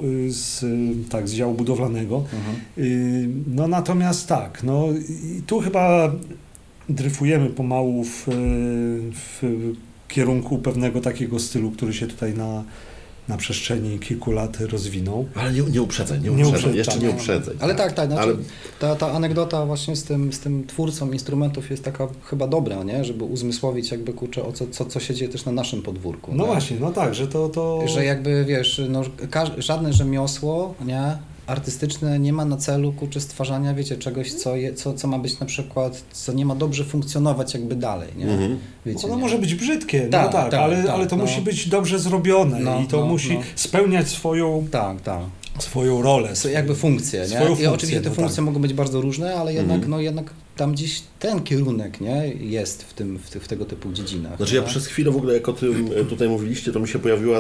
działu budowlanego. No natomiast tak, no i tu chyba dryfujemy pomału w kierunku pewnego takiego stylu, który się tutaj na przestrzeni kilku lat rozwinął. Ale nie uprzedzaj, jeszcze nie uprzedzaj. Ale tak, znaczy, ale ta anegdota właśnie z tym twórcą instrumentów jest taka chyba dobra, nie? Żeby uzmysłowić jakby, kurczę, co się dzieje też na naszym podwórku. No właśnie, no tak, że to... Że jakby, wiesz, no, żadne rzemiosło, nie? Artystyczne nie ma na celu, kurczę, stwarzania, wiecie, czegoś, co ma być na przykład, co nie ma dobrze funkcjonować jakby dalej, nie? Wiecie, ono nie? może być brzydkie, ale to musi być dobrze zrobione i to musi spełniać swoją rolę. Jakby funkcję, nie? I oczywiście te funkcje mogą być bardzo różne, ale jednak tam gdzieś ten kierunek, nie? Jest w tego typu dziedzinach. Znaczy ja przez chwilę w ogóle, jak o tym tutaj mówiliście, to mi się pojawiła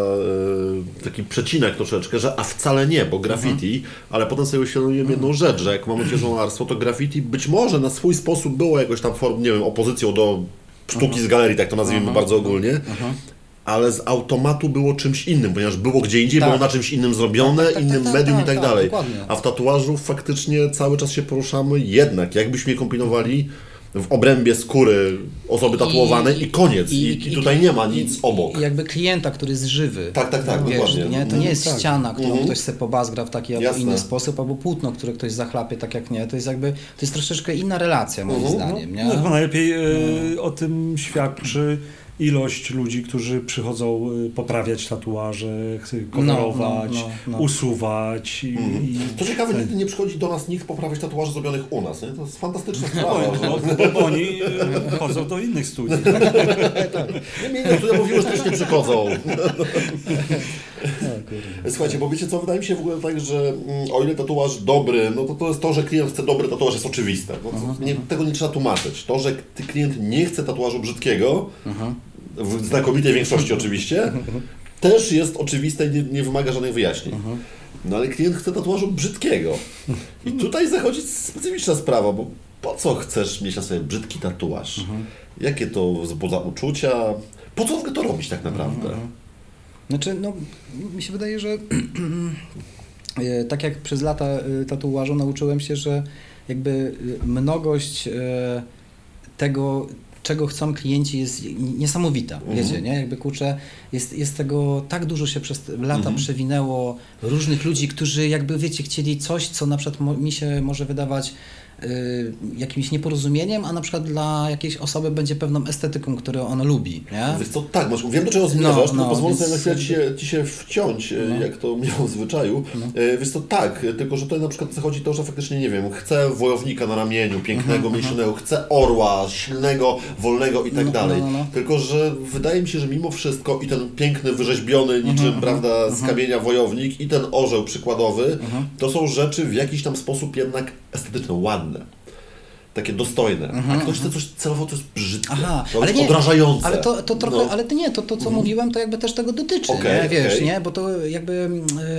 taki przecinek troszeczkę, że a wcale nie, bo graffiti, ale potem sobie uświadomiłem jedną rzecz, że jak mamy księżołarstwo, to graffiti być może na swój sposób było jakoś tam nie wiem, opozycją do sztuki z galerii, tak to nazwijmy bardzo ogólnie. Ale z automatu było czymś innym, ponieważ było gdzie indziej, było na czymś innym zrobione, innym medium i tak dalej. Dokładnie. A w tatuażu faktycznie cały czas się poruszamy jednak, jakbyśmy je kombinowali w obrębie skóry osoby tatuowanej i koniec. I tutaj nie ma nic obok. I jakby klienta, który jest żywy. Tak, wiesz, dokładnie. Nie? To nie jest ściana, którą ktoś sobie pobazgra w taki albo inny sposób, albo płótno, które ktoś zachlapie tak jak nie. To jest jakby, to jest troszeczkę inna relacja moim zdaniem. Nie? No, chyba najlepiej o tym świadczy ilość ludzi, którzy przychodzą poprawiać tatuaże, kolorować, usuwać. To ciekawe, nigdy nie przychodzi do nas nikt poprawiać tatuaży zrobionych u nas. Nie? To jest fantastyczna sprawa. Bo oni chodzą do innych studiów. Nie, tutaj mówiło, że też nie przychodzą. Słuchajcie, bo wiecie co, wydaje mi się w ogóle tak, że o ile tatuaż dobry, no to jest to, że klient chce dobry tatuaż, jest oczywiste. Tego nie trzeba tłumaczyć. To, że klient nie chce tatuażu brzydkiego, w znakomitej większości oczywiście, też jest oczywiste i nie wymaga żadnych wyjaśnień. No ale klient chce tatuażu brzydkiego. I tutaj zachodzi specyficzna sprawa, bo po co chcesz mieć na sobie brzydki tatuaż? Jakie to wzbudza uczucia? Po co w ogóle to robić tak naprawdę? Znaczy, no, mi się wydaje, że tak jak przez lata tatuażu nauczyłem się, że jakby mnogość tego, czego chcą klienci, jest niesamowita, wiecie, nie? Jakby, kurczę, jest tego tak dużo się przez lata przewinęło różnych ludzi, którzy jakby, wiecie, chcieli coś, co na przykład mi się może wydawać jakimś nieporozumieniem, a na przykład dla jakiejś osoby będzie pewną estetyką, którą ona lubi, nie? Wiesz co, tak, wiem do czego zmierzasz, pozwolę sobie na chwilę ci się wciąć, jak to miało w zwyczaju. Wiesz co, tak, tylko że tutaj na przykład zachodzi to, że faktycznie, nie wiem, chcę wojownika na ramieniu, pięknego, myślnego, chcę orła, silnego, wolnego i tak dalej. Tylko że wydaje mi się, że mimo wszystko i ten piękny, wyrzeźbiony niczym, prawda, z kamienia wojownik i ten orzeł przykładowy, to są rzeczy w jakiś tam sposób jednak estetyczne, ładne. Takie dostojne. A ktoś chce coś celowo, to jest brzydkie, to jest odrażające. Ale to trochę, ale to nie, to co mówiłem, to jakby też tego dotyczy, nie? Wiesz, nie? Bo to jakby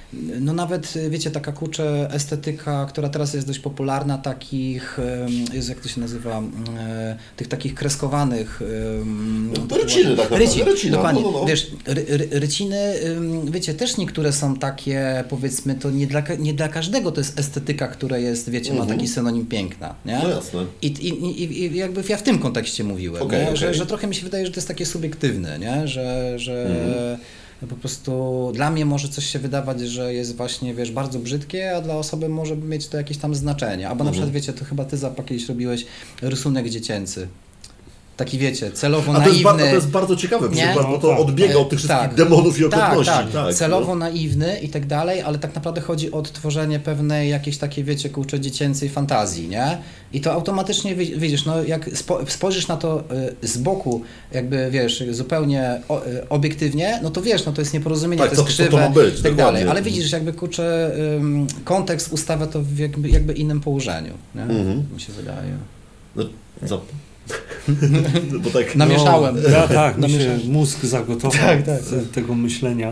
no nawet, wiecie, taka kurczę estetyka, która teraz jest dość popularna, takich, Jezu, jak to się nazywa, tych takich kreskowanych... Ryciny, tak naprawdę. Rycin, dokładnie. Wiesz, ryciny, wiecie, też niektóre są takie, powiedzmy, to nie dla każdego to jest estetyka, która jest, wiecie, ma taki synonim piękna, nie? No jasne. I jakby ja w tym kontekście mówiłem, że trochę mi się wydaje, że to jest takie subiektywne, nie? Że po prostu dla mnie może coś się wydawać, że jest właśnie, wiesz, bardzo brzydkie, a dla osoby może mieć to jakieś tam znaczenie. Albo na przykład, wiecie, to chyba ty kiedyś robiłeś rysunek dziecięcy. Taki, wiecie, celowo naiwny. To jest bardzo ciekawy przykład, bo to odbiega od tych wszystkich demonów i okropności. Tak. Celowo naiwny i tak dalej, ale tak naprawdę chodzi o odtworzenie pewnej jakiejś takiej, wiecie, kurczę, dziecięcej fantazji, nie? I to automatycznie, widzisz, no jak spojrzysz na to z boku, jakby, wiesz, zupełnie obiektywnie, no to wiesz, no to jest nieporozumienie, to jest krzywe to ma być, i tak dalej. Ale widzisz, jakby, kurczę, kontekst ustawia to w jakby innym położeniu, nie? Mi się wydaje. No, bo tak, namieszałem. Mi się mózg zagotował tego myślenia.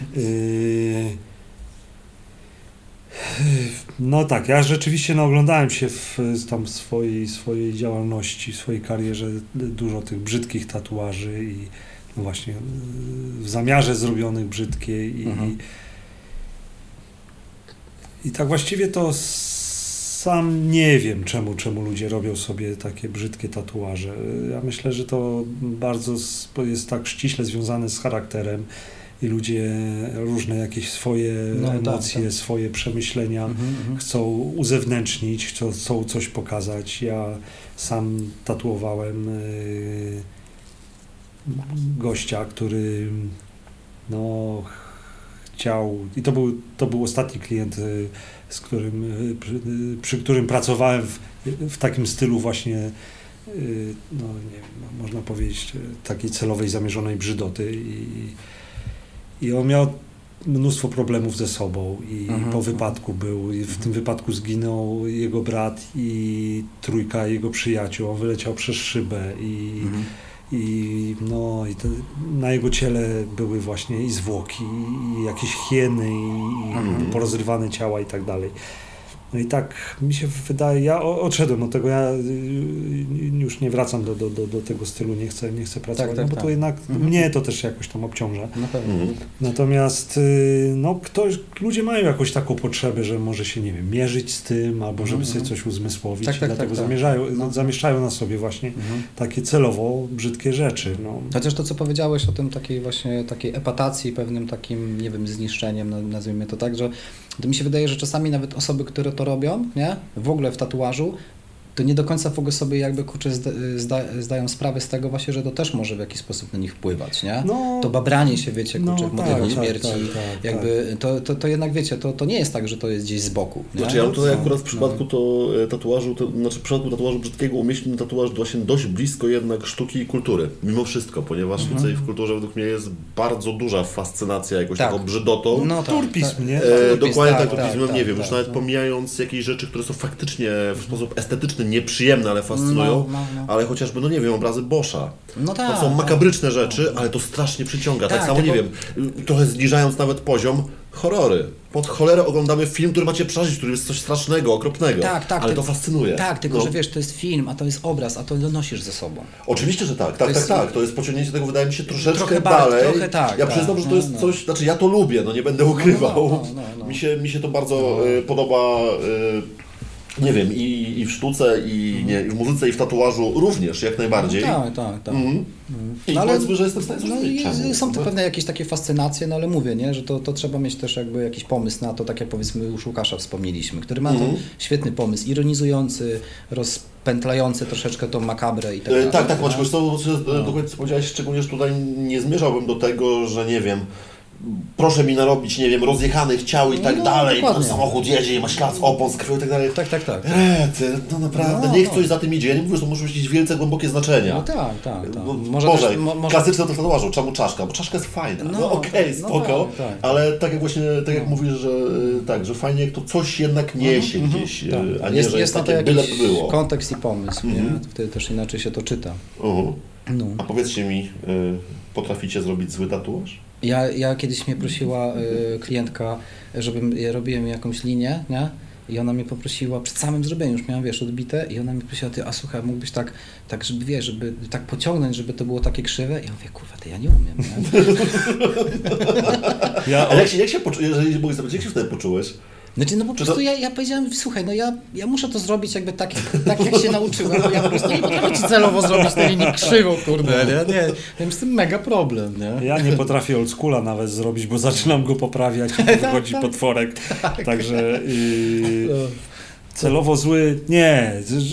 No tak, ja rzeczywiście oglądałem się w swojej działalności, w swojej karierze dużo tych brzydkich tatuaży i no właśnie w zamiarze zrobionych brzydkie i tak właściwie to sam nie wiem, czemu ludzie robią sobie takie brzydkie tatuaże. Ja myślę, że to bardzo jest tak ściśle związane z charakterem i ludzie różne jakieś swoje emocje, swoje przemyślenia chcą uzewnętrznić, chcą coś pokazać. Ja sam tatuowałem gościa, który chciał, i to był ostatni klient, przy którym pracowałem w takim stylu właśnie, no nie wiem, można powiedzieć, takiej celowej, zamierzonej brzydoty i on miał mnóstwo problemów ze sobą i po wypadku był, i w tym wypadku zginął jego brat i 3 jego przyjaciół, on wyleciał przez szybę i na jego ciele były właśnie i zwłoki, i jakieś hieny, i porozrywane ciała i tak dalej. No i tak mi się wydaje, ja odszedłem od tego, ja już nie wracam do tego stylu, nie chcę pracować, bo to jednak mnie to też jakoś tam obciąża. Natomiast ludzie mają jakąś taką potrzebę, że może się, nie wiem, mierzyć z tym, albo żeby sobie coś uzmysłowić, dlatego zamieszczają na sobie właśnie takie celowo brzydkie rzeczy. No. Chociaż to, co powiedziałeś o tym takiej epatacji, pewnym takim, nie wiem, zniszczeniem, nazwijmy to tak, że to mi się wydaje, że czasami nawet osoby, które to robią, nie? W ogóle w tatuażu, to nie do końca w ogóle sobie jakby zdają sprawę z tego właśnie, że to też może w jakiś sposób na nich wpływać, nie? To babranie się, wiecie, w motywach śmierci, to jednak, wiecie, to nie jest tak, że to jest gdzieś z boku. Nie? Znaczy ja tutaj akurat w przypadku tatuażu, w przypadku tatuażu brzydkiego umieścił tatuaż właśnie dość blisko jednak sztuki i kultury, mimo wszystko, ponieważ w sztuce i w kulturze według mnie jest bardzo duża fascynacja jakąś taką brzydotą. Turpizm, nie? Dokładnie turpizmem, nie wiem, już nawet pomijając jakieś rzeczy, które są faktycznie w sposób estetyczny nieprzyjemne, ale fascynują, ale chociażby, no nie wiem, obrazy Boscha. To są makabryczne rzeczy, ale to strasznie przyciąga. Tak samo, nie wiem, trochę zniżając nawet poziom, horrory. Pod cholerę oglądamy film, który macie przeżyć, który jest coś strasznego, okropnego, ale to fascynuje. Tak, tylko że wiesz, to jest film, a to jest obraz, a to nosisz ze sobą. Oczywiście, że tak. To jest pociągnięcie tego, wydaje mi się, troszeczkę dalej. Ja przyznam, że to jest coś, znaczy ja to lubię, nie będę ukrywał. Mi się to bardzo podoba. Nie wiem, i w sztuce, i w muzyce, i w tatuażu również, jak najbardziej. Tak. I powiedzmy, że jestem w stanie zrozumieć. Są to pewne jakieś takie fascynacje, ale mówię, nie, że to trzeba mieć też jakby jakiś pomysł na to, tak jak powiedzmy już Łukasza wspomnieliśmy, który ma ten świetny pomysł, ironizujący, rozpętlający troszeczkę tą makabrę i tak dalej. Tak, Maciek, dokładnie co powiedziałeś, szczególnie, że tutaj nie zmierzałbym do tego, że nie wiem, proszę mi narobić, nie wiem, rozjechanych ciał i tak dalej, samochód jedzie i ma ślad z opon, z krwią i tak dalej. Tak. Naprawdę, niech coś za tym idzie. Ja nie mówię, że to muszą mieć wielce głębokie znaczenia. Tak. Może klasyczne to tatuażu, czemu czaszka? Bo czaszka jest fajna. Okej, spoko, ale tak jak właśnie, jak mówisz, że że fajnie jak to coś jednak niesie gdzieś, a nie, że jest takie byle było. Kontekst i pomysł, nie? Wtedy też inaczej się to czyta. A powiedzcie mi, potraficie zrobić zły tatuaż? Ja kiedyś mnie prosiła klientka, żebym robiłem jakąś linię, nie? I ona mnie poprosiła, przed samym zrobieniem już miałam, odbite i ona mi prosiła, a słuchaj, mógłbyś tak żeby, żeby tak pociągnąć, żeby to było takie krzywe? I ja mówię, kurwa, ja nie umiem, nie? Ale jak się jeżeli mogę zapytać, jak się wtedy poczułeś? Znaczy, po prostu ja powiedziałem, słuchaj, ja muszę to zrobić jakby tak jak się nauczyłem, bo ja po prostu nie potrafię ci celowo zrobić tej linii krzywą, kurde, nie? Wiem, z tym mega problem, nie? Ja nie potrafię oldschoola nawet zrobić, bo zaczynam go poprawiać i wychodzi potworek. Także celowo zły, nie,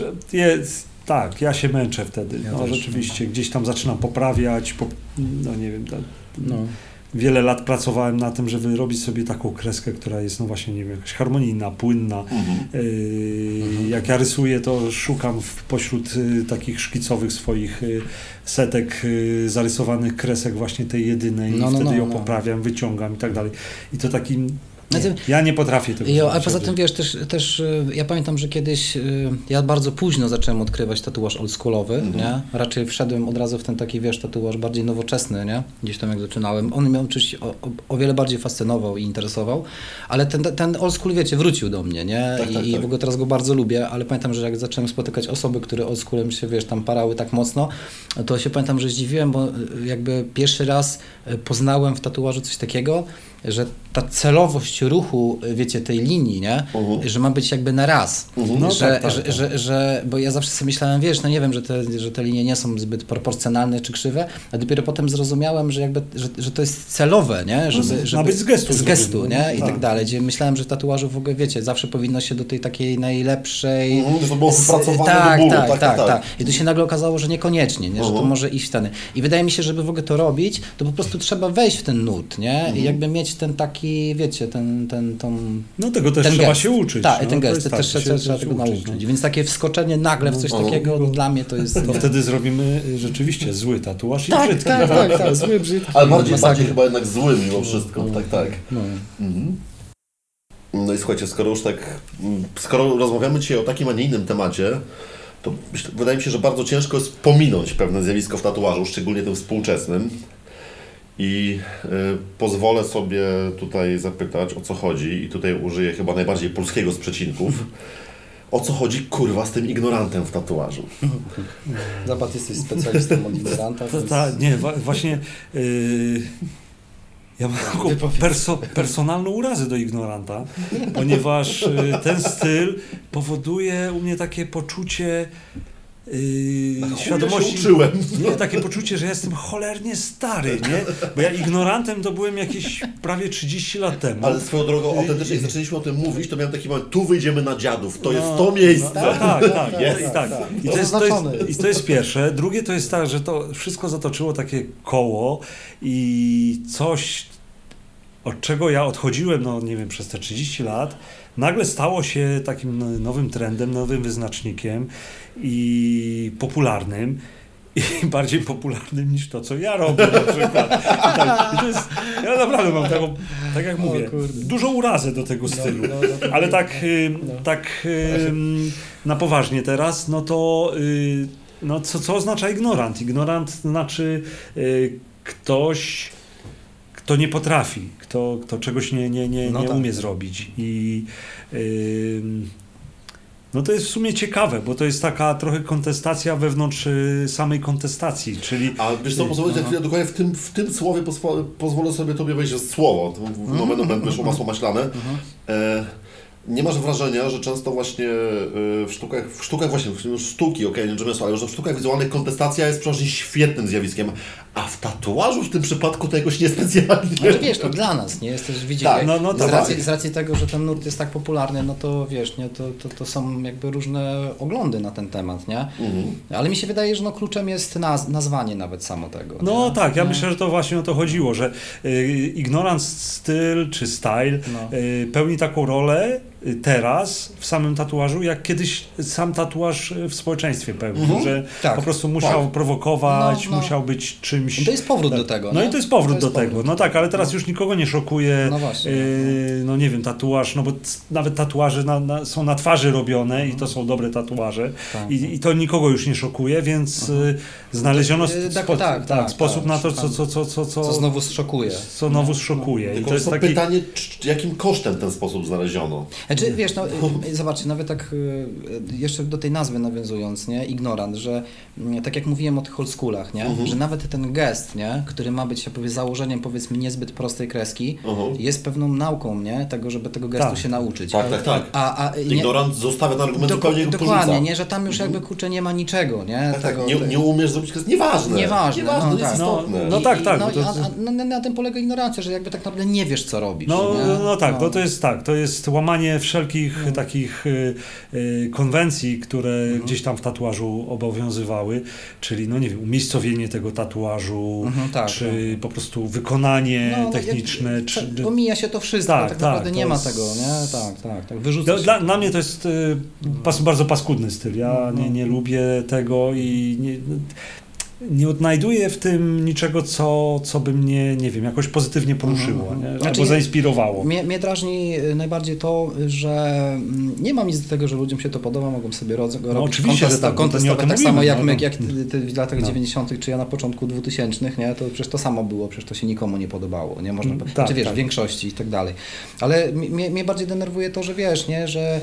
tak, ja się męczę wtedy. Rzeczywiście, gdzieś tam zaczynam poprawiać, nie wiem, wiele lat pracowałem na tym, żeby robić sobie taką kreskę, która jest, właśnie, nie wiem, jakaś harmonijna, płynna. Jak ja rysuję, to szukam pośród takich szkicowych swoich setek zarysowanych kresek właśnie tej jedynej i wtedy ją poprawiam, wyciągam i tak dalej. I to takim... Ja nie potrafię tego zrobić. A poza tym, też ja pamiętam, że kiedyś ja bardzo późno zacząłem odkrywać tatuaż oldschoolowy, nie? Raczej wszedłem od razu w ten taki, tatuaż bardziej nowoczesny, nie? Gdzieś tam jak zaczynałem. On mnie oczywiście o wiele bardziej fascynował i interesował, ale ten old school, wrócił do mnie, nie? I w ogóle teraz go bardzo lubię, ale pamiętam, że jak zacząłem spotykać osoby, które old schoolem się, tam parały tak mocno, to się pamiętam, że zdziwiłem, bo jakby pierwszy raz poznałem w tatuażu coś takiego, że ta celowość ruchu, tej linii, nie? Że ma być jakby na raz. Bo ja zawsze sobie myślałem, nie wiem, że te linie nie są zbyt proporcjonalne czy krzywe, a dopiero potem zrozumiałem, że to jest celowe, nie? Żeby ma być z gestu, nie? I tak dalej. Gdzie myślałem, że w tatuażu w ogóle, zawsze powinno się do tej takiej najlepszej... To było wypracowane do bólu. Tak. I tu się nagle okazało, że niekoniecznie, nie? Że to może iść w ten. I wydaje mi się, żeby w ogóle to robić, to po prostu trzeba wejść w ten nurt, nie? I jakby mieć ten taki, tego też trzeba się uczyć. Tak, ten gest, też trzeba tego nauczyć. Więc takie wskoczenie nagle w coś takiego, dla mnie to jest... To wtedy zrobimy rzeczywiście zły tatuaż i brzydki. Tak, zły, brzydki. Ale bardziej chyba jednak zły mimo wszystko, tak. No i słuchajcie, skoro rozmawiamy dzisiaj o takim, a nie innym temacie, to wydaje mi się, że bardzo ciężko jest pominąć pewne zjawisko w tatuażu, szczególnie tym współczesnym. I pozwolę sobie tutaj zapytać, o co chodzi, i tutaj użyję chyba najbardziej polskiego z przecinków. O co chodzi, kurwa, z tym ignorantem w tatuażu? Zobacz, jesteś specjalistą od ignoranta. Nie, właśnie ja mam taką personalną urazę do ignoranta, ponieważ ten styl powoduje u mnie takie poczucie świadomości, takie poczucie, że ja jestem cholernie stary, nie? Bo ja ignorantem to byłem jakieś prawie 30 lat temu. Ale swoją drogą, autentycznie, jak zaczęliśmy o tym mówić, to miałem taki moment, tu wyjdziemy na dziadów, to jest to miejsce. Tak. I to jest pierwsze. Drugie to jest tak, że to wszystko zatoczyło takie koło i coś, od czego ja odchodziłem, przez te 30 lat, nagle stało się takim nowym trendem, nowym wyznacznikiem i popularnym. I bardziej popularnym niż to, co ja robię na przykład. I to jest, ja naprawdę mam taką, tak jak mówię, dużą urazę do tego stylu. Ale tak na poważnie teraz, co oznacza ignorant? Ignorant znaczy ktoś, kto nie potrafi, kto czegoś nie umie zrobić. I to jest w sumie ciekawe, bo to jest taka trochę kontestacja wewnątrz samej kontestacji, czyli... A wiesz co, pozwolę za chwilę, dokładnie w tym słowie pozwolę sobie tobie wejść w słowo, wyszło masło maślane. Nie masz wrażenia, że często właśnie w sztukach właśnie, sztuki, nie rzemiosła, ale że w sztukach wizualnych kontestacja jest przecież świetnym zjawiskiem, a w tatuażu w tym przypadku to jakoś niespecjalnie. Ale wiesz, to dla nas, nie? Jest też widzieć, z racji tego, że ten nurt jest tak popularny, to wiesz, nie? To są jakby różne oglądy na ten temat, nie? Ale mi się wydaje, że kluczem jest nazwanie nawet samo tego. Ja myślę, że to właśnie o to chodziło, że ignorant styl czy style pełni taką rolę, teraz w samym tatuażu, jak kiedyś sam tatuaż w społeczeństwie pełnił, że po prostu musiał prowokować, musiał być czymś... I to jest powród do tego. No i to jest powrót do tego. No tak, ale teraz już nikogo nie szokuje, no nie wiem, tatuaż, no bo nawet tatuaże są na twarzy robione i to są dobre tatuaże i to nikogo już nie szokuje, więc znaleziono sposób na to, co znowu szokuje. Co znowu szokuje. I to jest takie pytanie, jakim kosztem ten sposób znaleziono. Znaczy, wiesz, zobaczcie, nawet tak jeszcze do tej nazwy nawiązując, nie, ignorant, że tak jak mówiłem o tych old schoolach, nie, że nawet ten gest, nie, który ma być założeniem powiedzmy niezbyt prostej kreski, jest pewną nauką, nie, tego, żeby tego gestu się nauczyć. Tak. Ignorant zostawia ten argument zupełnie dokładnie, nie, że tam już jakby kurczę nie ma niczego, nie. Nie umiesz zrobić, to jest nieważne. Nieważne, jest istotne. Na tym polega ignorancja, że jakby tak naprawdę nie wiesz, co robisz. To jest łamanie wszelkich takich konwencji, które gdzieś tam w tatuażu obowiązywały, czyli no nie wiem, umiejscowienie tego tatuażu, czy po prostu wykonanie techniczne. Omija się to wszystko, tak naprawdę nie ma tego, nie? Tak. Wyrzuca się. Dla mnie to jest bardzo paskudny styl. Ja nie lubię tego i nie odnajduję w tym niczego, co by mnie, nie wiem, jakoś pozytywnie poruszyło, albo zainspirowało. Mnie drażni najbardziej to, że nie mam nic do tego, że ludziom się to podoba, mogą sobie robić kontestować tak samo jak ty w latach 90. czy ja na początku 2000, nie? To przecież to samo było, przecież to się nikomu nie podobało, nie? Można w większości i tak dalej. Ale mnie bardziej denerwuje to, że wiesz, nie? Że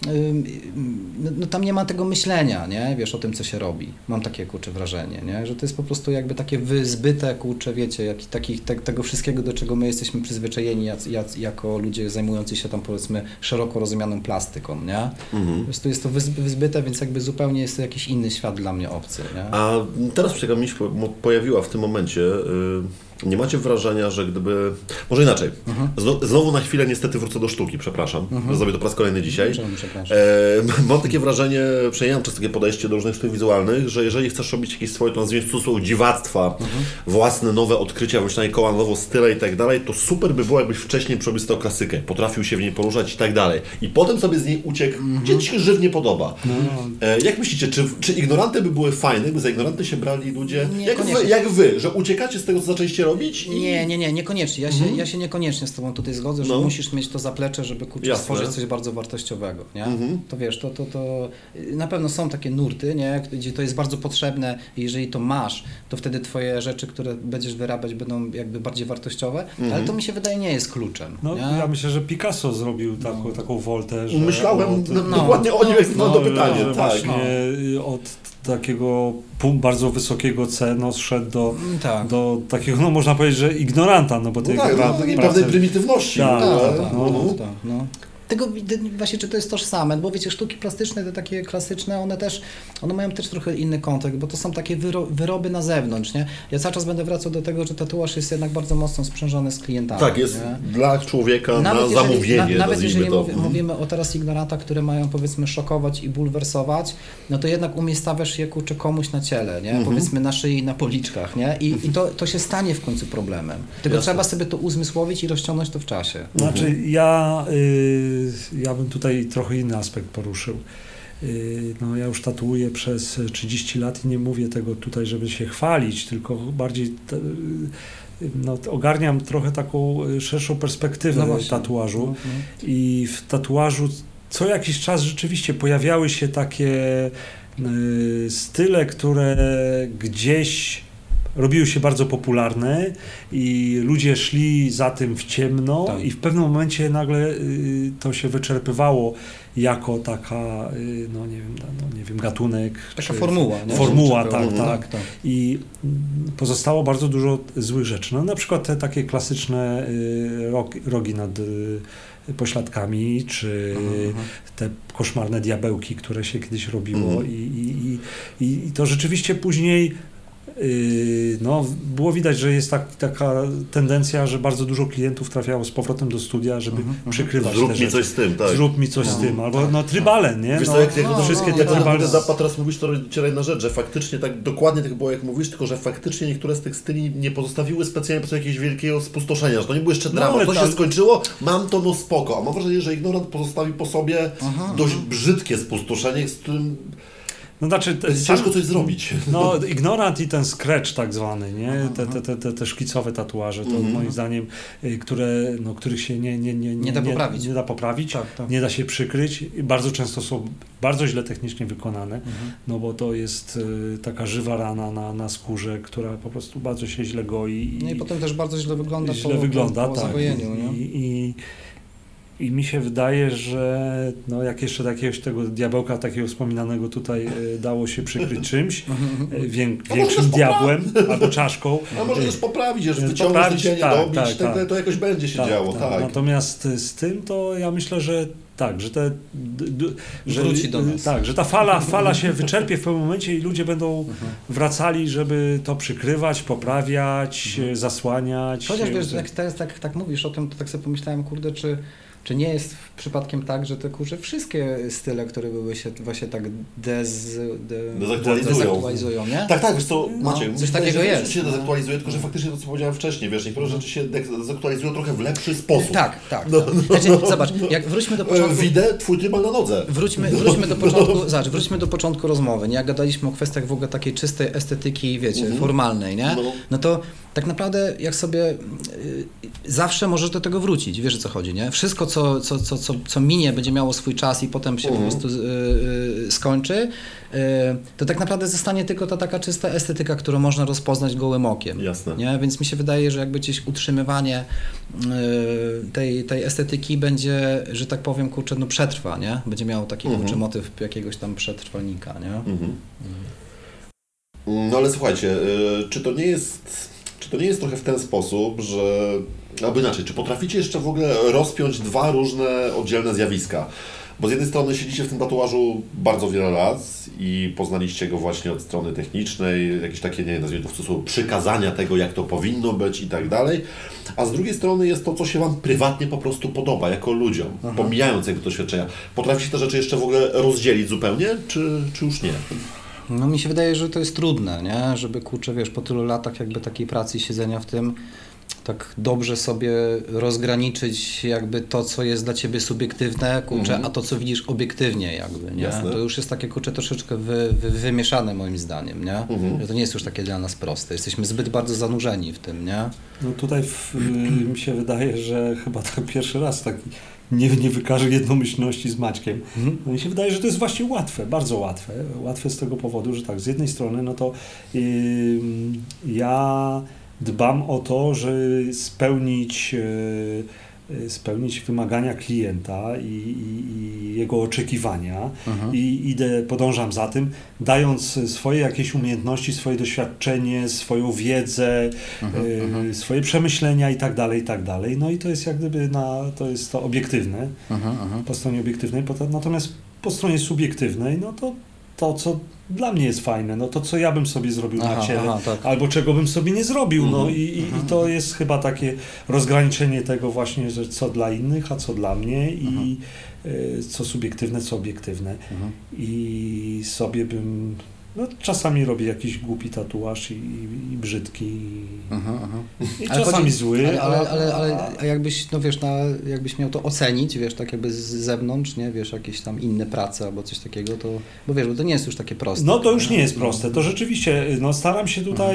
tam nie ma tego myślenia, nie? Wiesz, o tym, co się robi. Mam takie, wrażenie, nie? Że to jest po prostu jakby takie wyzbyte, wiecie, tego wszystkiego, do czego my jesteśmy przyzwyczajeni jako ludzie zajmujący się tam, powiedzmy, szeroko rozumianą plastyką, nie? Po prostu jest to wyzbyte, więc jakby zupełnie jest to jakiś inny świat dla mnie obcy, nie? A teraz ciekawość pojawiła w tym momencie. Nie macie wrażenia, że gdyby... Może inaczej. Znowu na chwilę niestety wrócę do sztuki, przepraszam. Zrobię to po raz kolejny dzisiaj. Mam takie wrażenie, przejęłam przez takie podejście do różnych sztuk wizualnych, że jeżeli chcesz robić jakieś swoje, to nazwijmy w cudzysłowie, dziwactwa, własne nowe odkrycia, wymyślanie koła, nowo style i tak dalej, to super by było, jakbyś wcześniej przerobił tą klasykę, potrafił się w niej poruszać i tak dalej. I potem sobie z niej uciekł, gdzie ci się żywnie podoba. Jak myślicie, czy ignoranty by były fajne, by za ignoranty się brali ludzie, jak wy, że uciekacie z tego, co zaczęliście robić? Niekoniecznie. Ja się niekoniecznie z Tobą tutaj zgodzę, że musisz mieć to zaplecze, żeby stworzyć coś bardzo wartościowego, nie? To wiesz, to na pewno są takie nurty, nie? Gdzie to jest bardzo potrzebne i jeżeli to masz, to wtedy Twoje rzeczy, które będziesz wyrabiać, będą jakby bardziej wartościowe, ale to mi się wydaje nie jest kluczem. Ja myślę, że Picasso zrobił taką woltę, że... Myślałem dokładnie o nim, jak to pytanie. Od takiego bardzo wysokiego C szedł do takiego, można powiedzieć, że ignoranta, bo takiej pewnej prymitywności. Tego właśnie, czy to jest tożsame, bo wiecie, sztuki plastyczne, te takie klasyczne, one mają też trochę inny kontekst, bo to są takie wyroby na zewnątrz, nie? Ja cały czas będę wracał do tego, że tatuaż jest jednak bardzo mocno sprzężony z klientami. Tak, jest dla człowieka na zamówienie. Nawet jeżeli mówimy o teraz ignorantach, które mają powiedzmy szokować i bulwersować, no to jednak umiejscawiasz je komuś na ciele, nie? Powiedzmy na szyi, na policzkach, nie? I to się stanie w końcu problemem. Tylko trzeba sobie to uzmysłowić i rozciągnąć to w czasie. Znaczy ja bym tutaj trochę inny aspekt poruszył. Ja już tatuuję przez 30 lat i nie mówię tego tutaj, żeby się chwalić, tylko bardziej ogarniam trochę taką szerszą perspektywę tatuażu. I w tatuażu co jakiś czas rzeczywiście pojawiały się takie style, które gdzieś robiły się bardzo popularne i ludzie szli za tym w ciemno i w pewnym momencie nagle to się wyczerpywało jako taka, nie wiem, gatunek. Taka formuła. Nie? Formuła, tak. I pozostało bardzo dużo złych rzeczy. Na przykład te takie klasyczne rogi nad pośladkami, czy te koszmarne diabełki, które się kiedyś robiło i to rzeczywiście później No, było widać, że jest taka tendencja, że bardzo dużo klientów trafiało z powrotem do studia, żeby przykrywać Zrób te rzeczy. Zrób mi coś z tym, tak. Zrób mi coś z tym, albo trybalen, nie? Wiesz, no, wszystkie te trybale. Teraz mówisz, to docieraj na rzecz, że faktycznie tak dokładnie tak było, jak mówisz, tylko że faktycznie niektóre z tych styli nie pozostawiły specjalnie po sobie jakiegoś wielkiego spustoszenia, że to nie było jeszcze drama, to się skończyło, mam to, no spoko, a mam wrażenie, że Ignorant pozostawił po sobie dość brzydkie spustoszenie, z którym no, znaczy, ciężko coś zrobić. No, Ignorant i ten scratch tak zwany, nie? Te szkicowe tatuaże, to moim zdaniem, których się nie da poprawić, tak. Nie da się przykryć. Bardzo często są bardzo źle technicznie wykonane, no bo to jest taka żywa rana na skórze, która po prostu bardzo się źle goi. No i potem też bardzo źle wygląda po tak. zagojeniu. I mi się wydaje, że no jak jeszcze jakiegoś tego diabełka takiego wspominanego tutaj dało się przykryć czymś, większym diabłem albo czaszką. A może też poprawić, że wyciągnąć cienie, dobić, to jakoś będzie się działo. Tak. Natomiast z tym to ja myślę, że tak, że wróci do nas. Tak, że ta fala się wyczerpie w pewnym momencie i ludzie będą wracali, żeby to przykrywać, poprawiać, zasłaniać. Chociaż wiesz, jak teraz tak mówisz o tym, to tak sobie pomyślałem, kurde, czy nie jest przypadkiem tak, że te wszystkie style, które były się właśnie tak dezaktualizują, nie? Tak, wiesz co, Maciek, coś takiego jest. się dezaktualizuje, tylko że faktycznie to, co powiedziałem wcześniej, wiesz, niektóre rzeczy się dezaktualizują trochę w lepszy sposób. Tak. Zobacz, jak wróćmy do początku... Widzę twój trybal na nodze. Wróćmy do początku, wróćmy do początku rozmowy, nie? Jak gadaliśmy o kwestiach w ogóle takiej czystej estetyki, wiecie, formalnej, nie? No to tak naprawdę jak sobie zawsze możesz do tego wrócić, wiesz o co chodzi, nie? Wszystko, co minie, będzie miało swój czas i potem się po prostu skończy, to tak naprawdę zostanie tylko ta taka czysta estetyka, którą można rozpoznać gołym okiem. Jasne. Nie? Więc mi się wydaje, że jakby gdzieś utrzymywanie tej estetyki będzie, że tak powiem, przetrwa, nie? Będzie miało taki motyw jakiegoś tam przetrwalnika, nie? No ale słuchajcie, czy to nie jest trochę w ten sposób, że... Albo inaczej, czy potraficie jeszcze w ogóle rozpiąć dwa różne oddzielne zjawiska? Bo z jednej strony siedzicie w tym tatuażu bardzo wiele lat i poznaliście go właśnie od strony technicznej, jakieś takie, nie wiem, nazwijmy to w cudzysłowie, przykazania tego, jak to powinno być i tak dalej, a z drugiej strony jest to, co się Wam prywatnie po prostu podoba, jako ludziom, pomijając jakby doświadczenia. Potraficie te rzeczy jeszcze w ogóle rozdzielić zupełnie, czy już nie? No mi się wydaje, że to jest trudne, nie? Żeby, wiesz, po tylu latach jakby takiej pracy i siedzenia w tym, tak dobrze sobie rozgraniczyć jakby to, co jest dla Ciebie subiektywne, a to, co widzisz obiektywnie jakby, nie? Jasne. To już jest takie, troszeczkę wymieszane moim zdaniem, nie? Że to nie jest już takie dla nas proste. Jesteśmy zbyt bardzo zanurzeni w tym, nie? No tutaj mi się wydaje, że chyba tak pierwszy raz tak nie wykażę jednomyślności z Maćkiem. No mi się wydaje, że to jest właśnie łatwe, bardzo łatwe. Łatwe z tego powodu, że tak, z jednej strony, no to ja dbam o to, żeby spełnić wymagania klienta i jego oczekiwania i podążam za tym, dając swoje jakieś umiejętności, swoje doświadczenie, swoją wiedzę, swoje przemyślenia i tak dalej. No i to jest jak gdyby to jest to obiektywne, po stronie obiektywnej, natomiast po stronie subiektywnej, no to, co dla mnie jest fajne, no to, co ja bym sobie zrobił na ciele, albo czego bym sobie nie zrobił, no i to jest chyba takie rozgraniczenie tego właśnie, że co dla innych, a co dla mnie i co subiektywne, co obiektywne. I sobie bym, no czasami robię jakiś głupi tatuaż i brzydki, i czasami zły. Ale jakbyś, no wiesz, jakbyś miał to ocenić, wiesz, tak jakby z zewnątrz, nie, wiesz, jakieś tam inne prace albo coś takiego, to, bo wiesz, bo to nie jest już takie proste. No to już nie jest proste, to rzeczywiście, no staram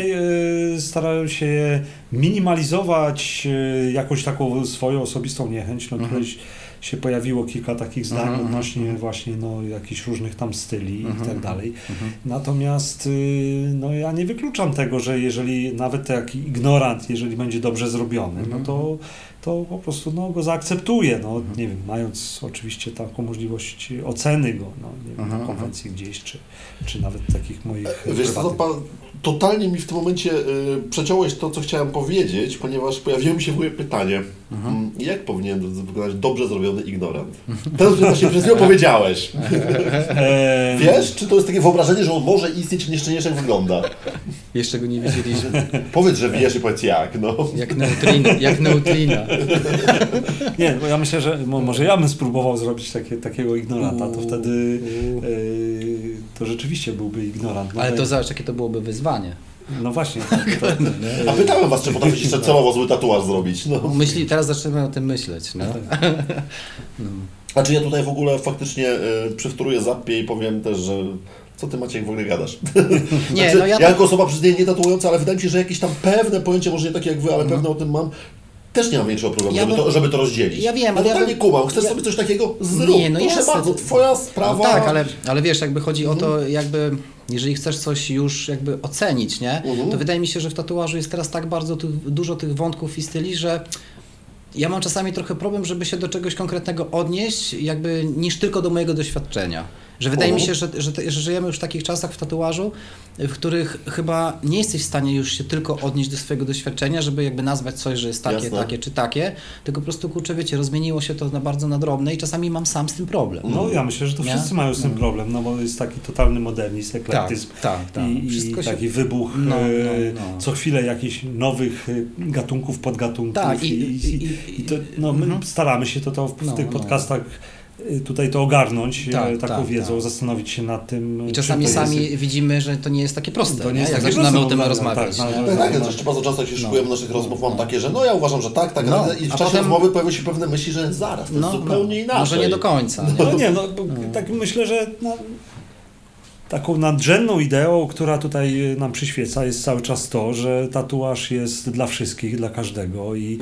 się minimalizować jakąś taką swoją osobistą niechęć, no któreś się pojawiło kilka takich zdań odnośnie właśnie jakichś różnych tam styli i tak dalej. Natomiast no ja nie wykluczam tego, że jeżeli nawet taki Ignorant, jeżeli będzie dobrze zrobiony, no to po prostu go zaakceptuję, nie wiem, mając oczywiście taką możliwość oceny go, nie wiem, na konwencji gdzieś, czy nawet takich moich Wiesz co, totalnie mi w tym momencie przeciąłeś to, co chciałem powiedzieć, ponieważ pojawiło mi się w głowie pytanie, jak powinien wyglądać dobrze zrobiony ignorant? Ten, który właśnie przed chwilą powiedziałeś. Wiesz, czy to jest takie wyobrażenie, że on może istnieć, jeszcze nie jak wygląda? Jeszcze go nie wiedzieliśmy. Powiedz, że wiesz i powiedz jak, no. Jak neutrina. Nie, bo ja myślę, że może ja bym spróbował zrobić takiego ignoranta, to wtedy to rzeczywiście byłby ignorant. Ale to zobacz, jakie to byłoby wyzwanie. No właśnie. A pytałem was, czy potraficie jeszcze celowo zły tatuaż zrobić. No. Teraz zaczynamy o tym myśleć. No. Znaczy ja tutaj w ogóle faktycznie przywtóruję Zappie i powiem też, że co ty Maciek w ogóle gadasz? Nie, znaczy, no ja jako osoba przyznaję nie tatuująca, ale wydaje mi się, że jakieś tam pewne pojęcie, może nie takie jak wy, ale pewne o tym mam, też nie mam większego problemu, żeby to rozdzielić. Ja wiem, ale totalnie kumam. Chcesz sobie coś takiego? Zrób. Nie, no proszę jasne, bardzo, twoja sprawa. No tak, ale wiesz, jakby chodzi o to, jakby jeżeli chcesz coś już jakby ocenić, nie? To wydaje mi się, że w tatuażu jest teraz tak bardzo dużo tych wątków i styli, że ja mam czasami trochę problem, żeby się do czegoś konkretnego odnieść, jakby niż tylko do mojego doświadczenia. Że wydaje mi się, że żyjemy już w takich czasach w tatuażu, w których chyba nie jesteś w stanie już się tylko odnieść do swojego doświadczenia, żeby jakby nazwać coś, że jest takie, Jasne. takie czy takie, tylko po prostu, kurczę, wiecie, rozmieniło się to bardzo na drobne i czasami mam sam z tym problem. No ja myślę, że to wszyscy mają z tym problem, no bo jest taki totalny modernizm, eklektyzm tak. i taki wybuch, co chwilę jakichś nowych gatunków, podgatunków. Tak, my staramy się to w tych podcastach tutaj to ogarnąć, taką wiedzą, zastanowić się nad tym. I czasami sami widzimy, że to nie jest takie proste, to nie jest jak takie zaczynamy proste, o tym rozmawiać. Tak, zresztą bardzo często jak się szykujemy naszych rozmów, mam takie, że ja uważam, że tak, i w czasie potem rozmowy pojawią się pewne myśli, że zaraz, to jest zupełnie inaczej. Może nie do końca. Tak myślę, że taką nadrzędną ideą, która tutaj nam przyświeca, jest cały czas to, że tatuaż jest dla wszystkich, dla każdego i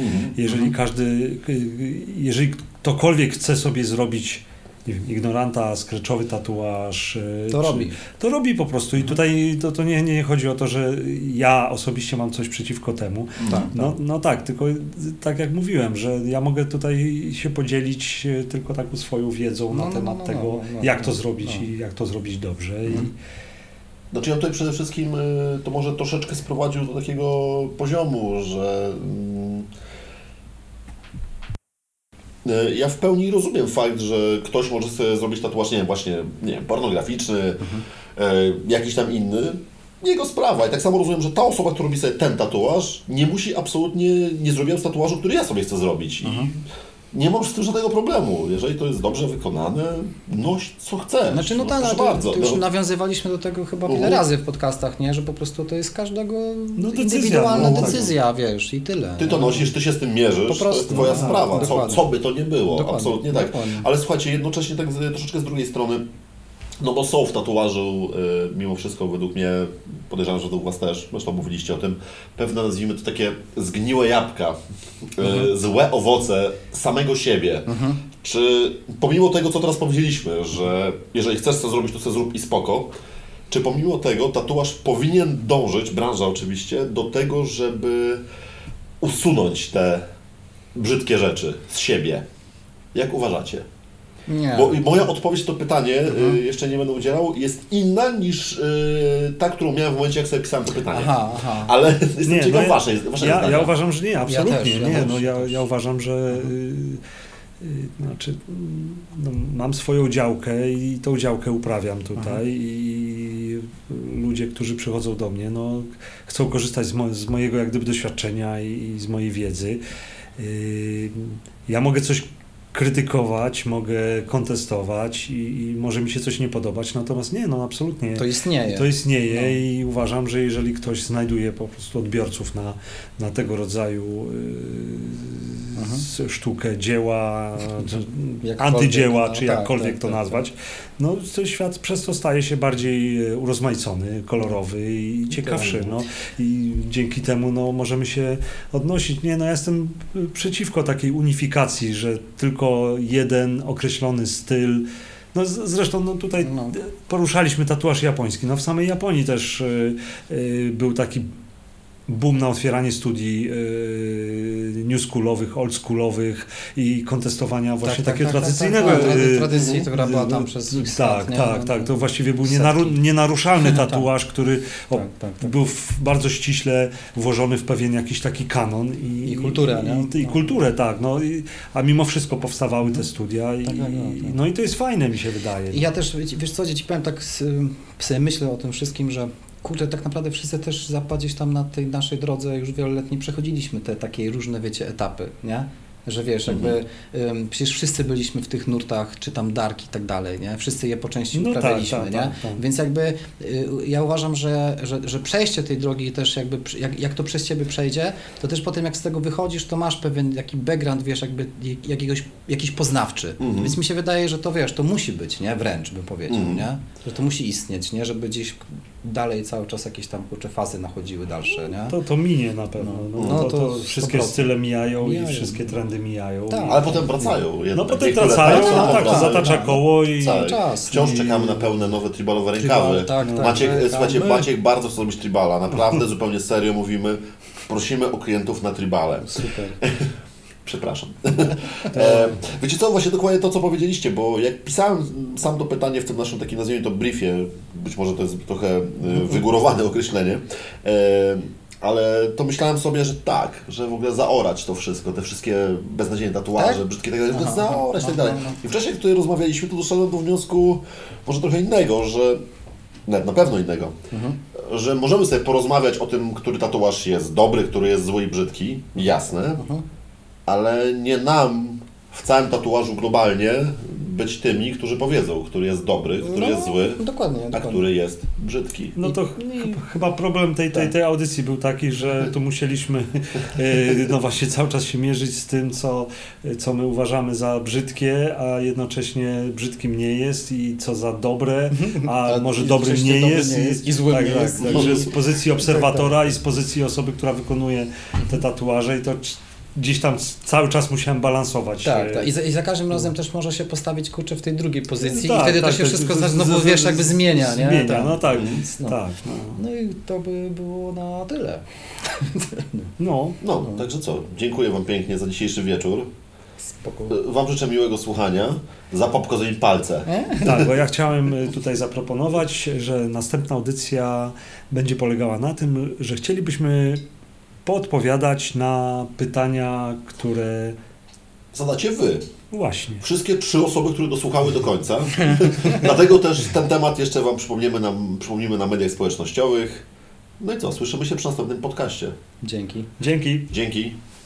jeżeli ktokolwiek chce sobie zrobić, nie wiem, ignoranta, skreczowy tatuaż, to robi po prostu i tutaj to nie chodzi o to, że ja osobiście mam coś przeciwko temu. Tak, tylko tak jak mówiłem, że ja mogę tutaj się podzielić tylko taką swoją wiedzą na temat tego, jak to zrobić i jak to zrobić dobrze. Znaczy ja tutaj przede wszystkim to może troszeczkę sprowadził do takiego poziomu, że ja w pełni rozumiem fakt, że ktoś może sobie zrobić tatuaż, pornograficzny, jakiś tam inny. Jego sprawa. I tak samo rozumiem, że ta osoba, która robi sobie ten tatuaż, nie musi absolutnie, nie zrobiła tatuażu, który ja sobie chcę zrobić. I nie mam z tym żadnego problemu. Jeżeli to jest dobrze wykonane, noś co chcesz. Znaczy, to już nawiązywaliśmy do tego chyba wiele razy w podcastach, nie? Że po prostu to jest każdego indywidualna decyzja, wiesz, i tyle. Ty to nosisz, ty się z tym mierzysz, po prostu, to jest twoja sprawa, co by to nie było. Dokładnie, absolutnie tak. Ale słuchajcie, jednocześnie tak troszeczkę z drugiej strony, bo są w tatuażu, mimo wszystko według mnie, podejrzewam, że według was też, zresztą mówiliście o tym, pewne, nazwijmy to takie zgniłe jabłka, złe owoce samego siebie. Czy pomimo tego, co teraz powiedzieliśmy, że jeżeli chcesz coś zrobić, to sobie zrób i spoko, czy pomimo tego tatuaż powinien dążyć, branża oczywiście, do tego, żeby usunąć te brzydkie rzeczy z siebie? Jak uważacie? Nie. Bo moja odpowiedź na to pytanie, jeszcze nie będę udzielał, jest inna niż ta, którą miałem w momencie, jak sobie pisałem to pytanie. Ale jestem ciekaw waszego zdania. Ja uważam, że nie, absolutnie Ja ja uważam, że mam swoją działkę i tą działkę uprawiam tutaj i ludzie, którzy przychodzą do mnie, chcą korzystać z mojego jak gdyby doświadczenia i z mojej wiedzy. Ja mogę coś krytykować, mogę kontestować i może mi się coś nie podobać, natomiast absolutnie. To istnieje. I uważam, że jeżeli ktoś znajduje po prostu odbiorców na tego rodzaju sztukę, dzieła, antydzieła, czy jakkolwiek to nazwać, to świat przez to staje się bardziej urozmaicony, kolorowy i ciekawszy. I dzięki temu możemy się odnosić. Ja jestem przeciwko takiej unifikacji, że tylko jeden określony styl. Zresztą tutaj poruszaliśmy tatuaż japoński. W samej Japonii też był taki boom na otwieranie studii new schoolowych, old schoolowych i kontestowania właśnie takiego tradycyjnego. Tradycji, która była tam przez x lat, tak. To właściwie był nienaruszalny tatuaż, który był bardzo ściśle włożony w pewien jakiś taki kanon. I kulturę, nie? I kulturę, tak. No, a mimo wszystko powstawały te studia. No i to jest fajne, mi się wydaje. I ja też, wiesz co, ci powiem tak, sobie myślę o tym wszystkim, że kurczę, tak naprawdę wszyscy też gdzieś tam na tej naszej drodze już wieloletniej przechodziliśmy te takie różne, wiecie, etapy, nie? Że wiesz, jakby przecież wszyscy byliśmy w tych nurtach, czy tam dark i tak dalej, nie? Wszyscy je po części uprawialiśmy, nie? Tak. Więc jakby ja uważam, że przejście tej drogi też jakby, jak to przez Ciebie przejdzie, to też potem jak z tego wychodzisz, to masz pewien taki background, wiesz, jakby jakiś poznawczy. Więc mi się wydaje, że to wiesz, to musi być, nie? Wręcz bym powiedział, nie? Że to musi istnieć, nie? Żeby gdzieś dalej cały czas jakieś tam fazy nachodziły dalsze, nie? To minie na pewno. To wszystkie style mijają i wszystkie trendy mijają. Tak. Ale potem wracają. Potem wracają, to zatacza koło i cały czas. Wciąż czekamy na pełne nowe tribalowe rękawy. Słuchajcie, Maciek bardzo chce robić tribala. Naprawdę, zupełnie serio mówimy. Prosimy o klientów na tribale. Super. Przepraszam. Wiecie co, właśnie dokładnie to, co powiedzieliście, bo jak pisałem sam to pytanie w tym naszym takim, nazwijmy to, briefie, być może to jest trochę wygórowane określenie, ale to myślałem sobie, że tak, że w ogóle zaorać to wszystko, te wszystkie beznadziejne tatuaże, brzydkie tak dalej, zaorać i tak dalej. I wcześniej, jak tutaj rozmawialiśmy, to doszedłem do wniosku może trochę innego, że na pewno innego, że możemy sobie porozmawiać o tym, który tatuaż jest dobry, który jest zły i brzydki, jasne, ale nie nam w całym tatuażu globalnie być tymi, którzy powiedzą, który jest dobry, który jest zły, a który jest brzydki. No to chyba problem tej audycji był taki, że tu musieliśmy no właśnie cały czas się mierzyć z tym, co my uważamy za brzydkie, a jednocześnie brzydkim nie jest i co za dobre, a może dobrym nie jest. I złym nie jest. Także z pozycji obserwatora i z pozycji osoby, która wykonuje te tatuaże i to gdzieś tam cały czas musiałem balansować. Tak. I za każdym razem też może się postawić, kurczę, w tej drugiej pozycji i wtedy to się wszystko znowu, wiesz, jakby zmienia, nie? Zmienia, No i to by było na tyle. Także co, dziękuję Wam pięknie za dzisiejszy wieczór. Spoko. Wam życzę miłego słuchania. Za popkozeń palce. Tak, bo ja chciałem tutaj zaproponować, że następna audycja będzie polegała na tym, że chcielibyśmy poodpowiadać na pytania, które zadacie Wy. Właśnie. Wszystkie 3 osoby, które dosłuchały do końca. Dlatego też ten temat jeszcze Wam przypomnimy na mediach społecznościowych. No i co, słyszymy się przy następnym podcaście. Dzięki. Dzięki. Dzięki.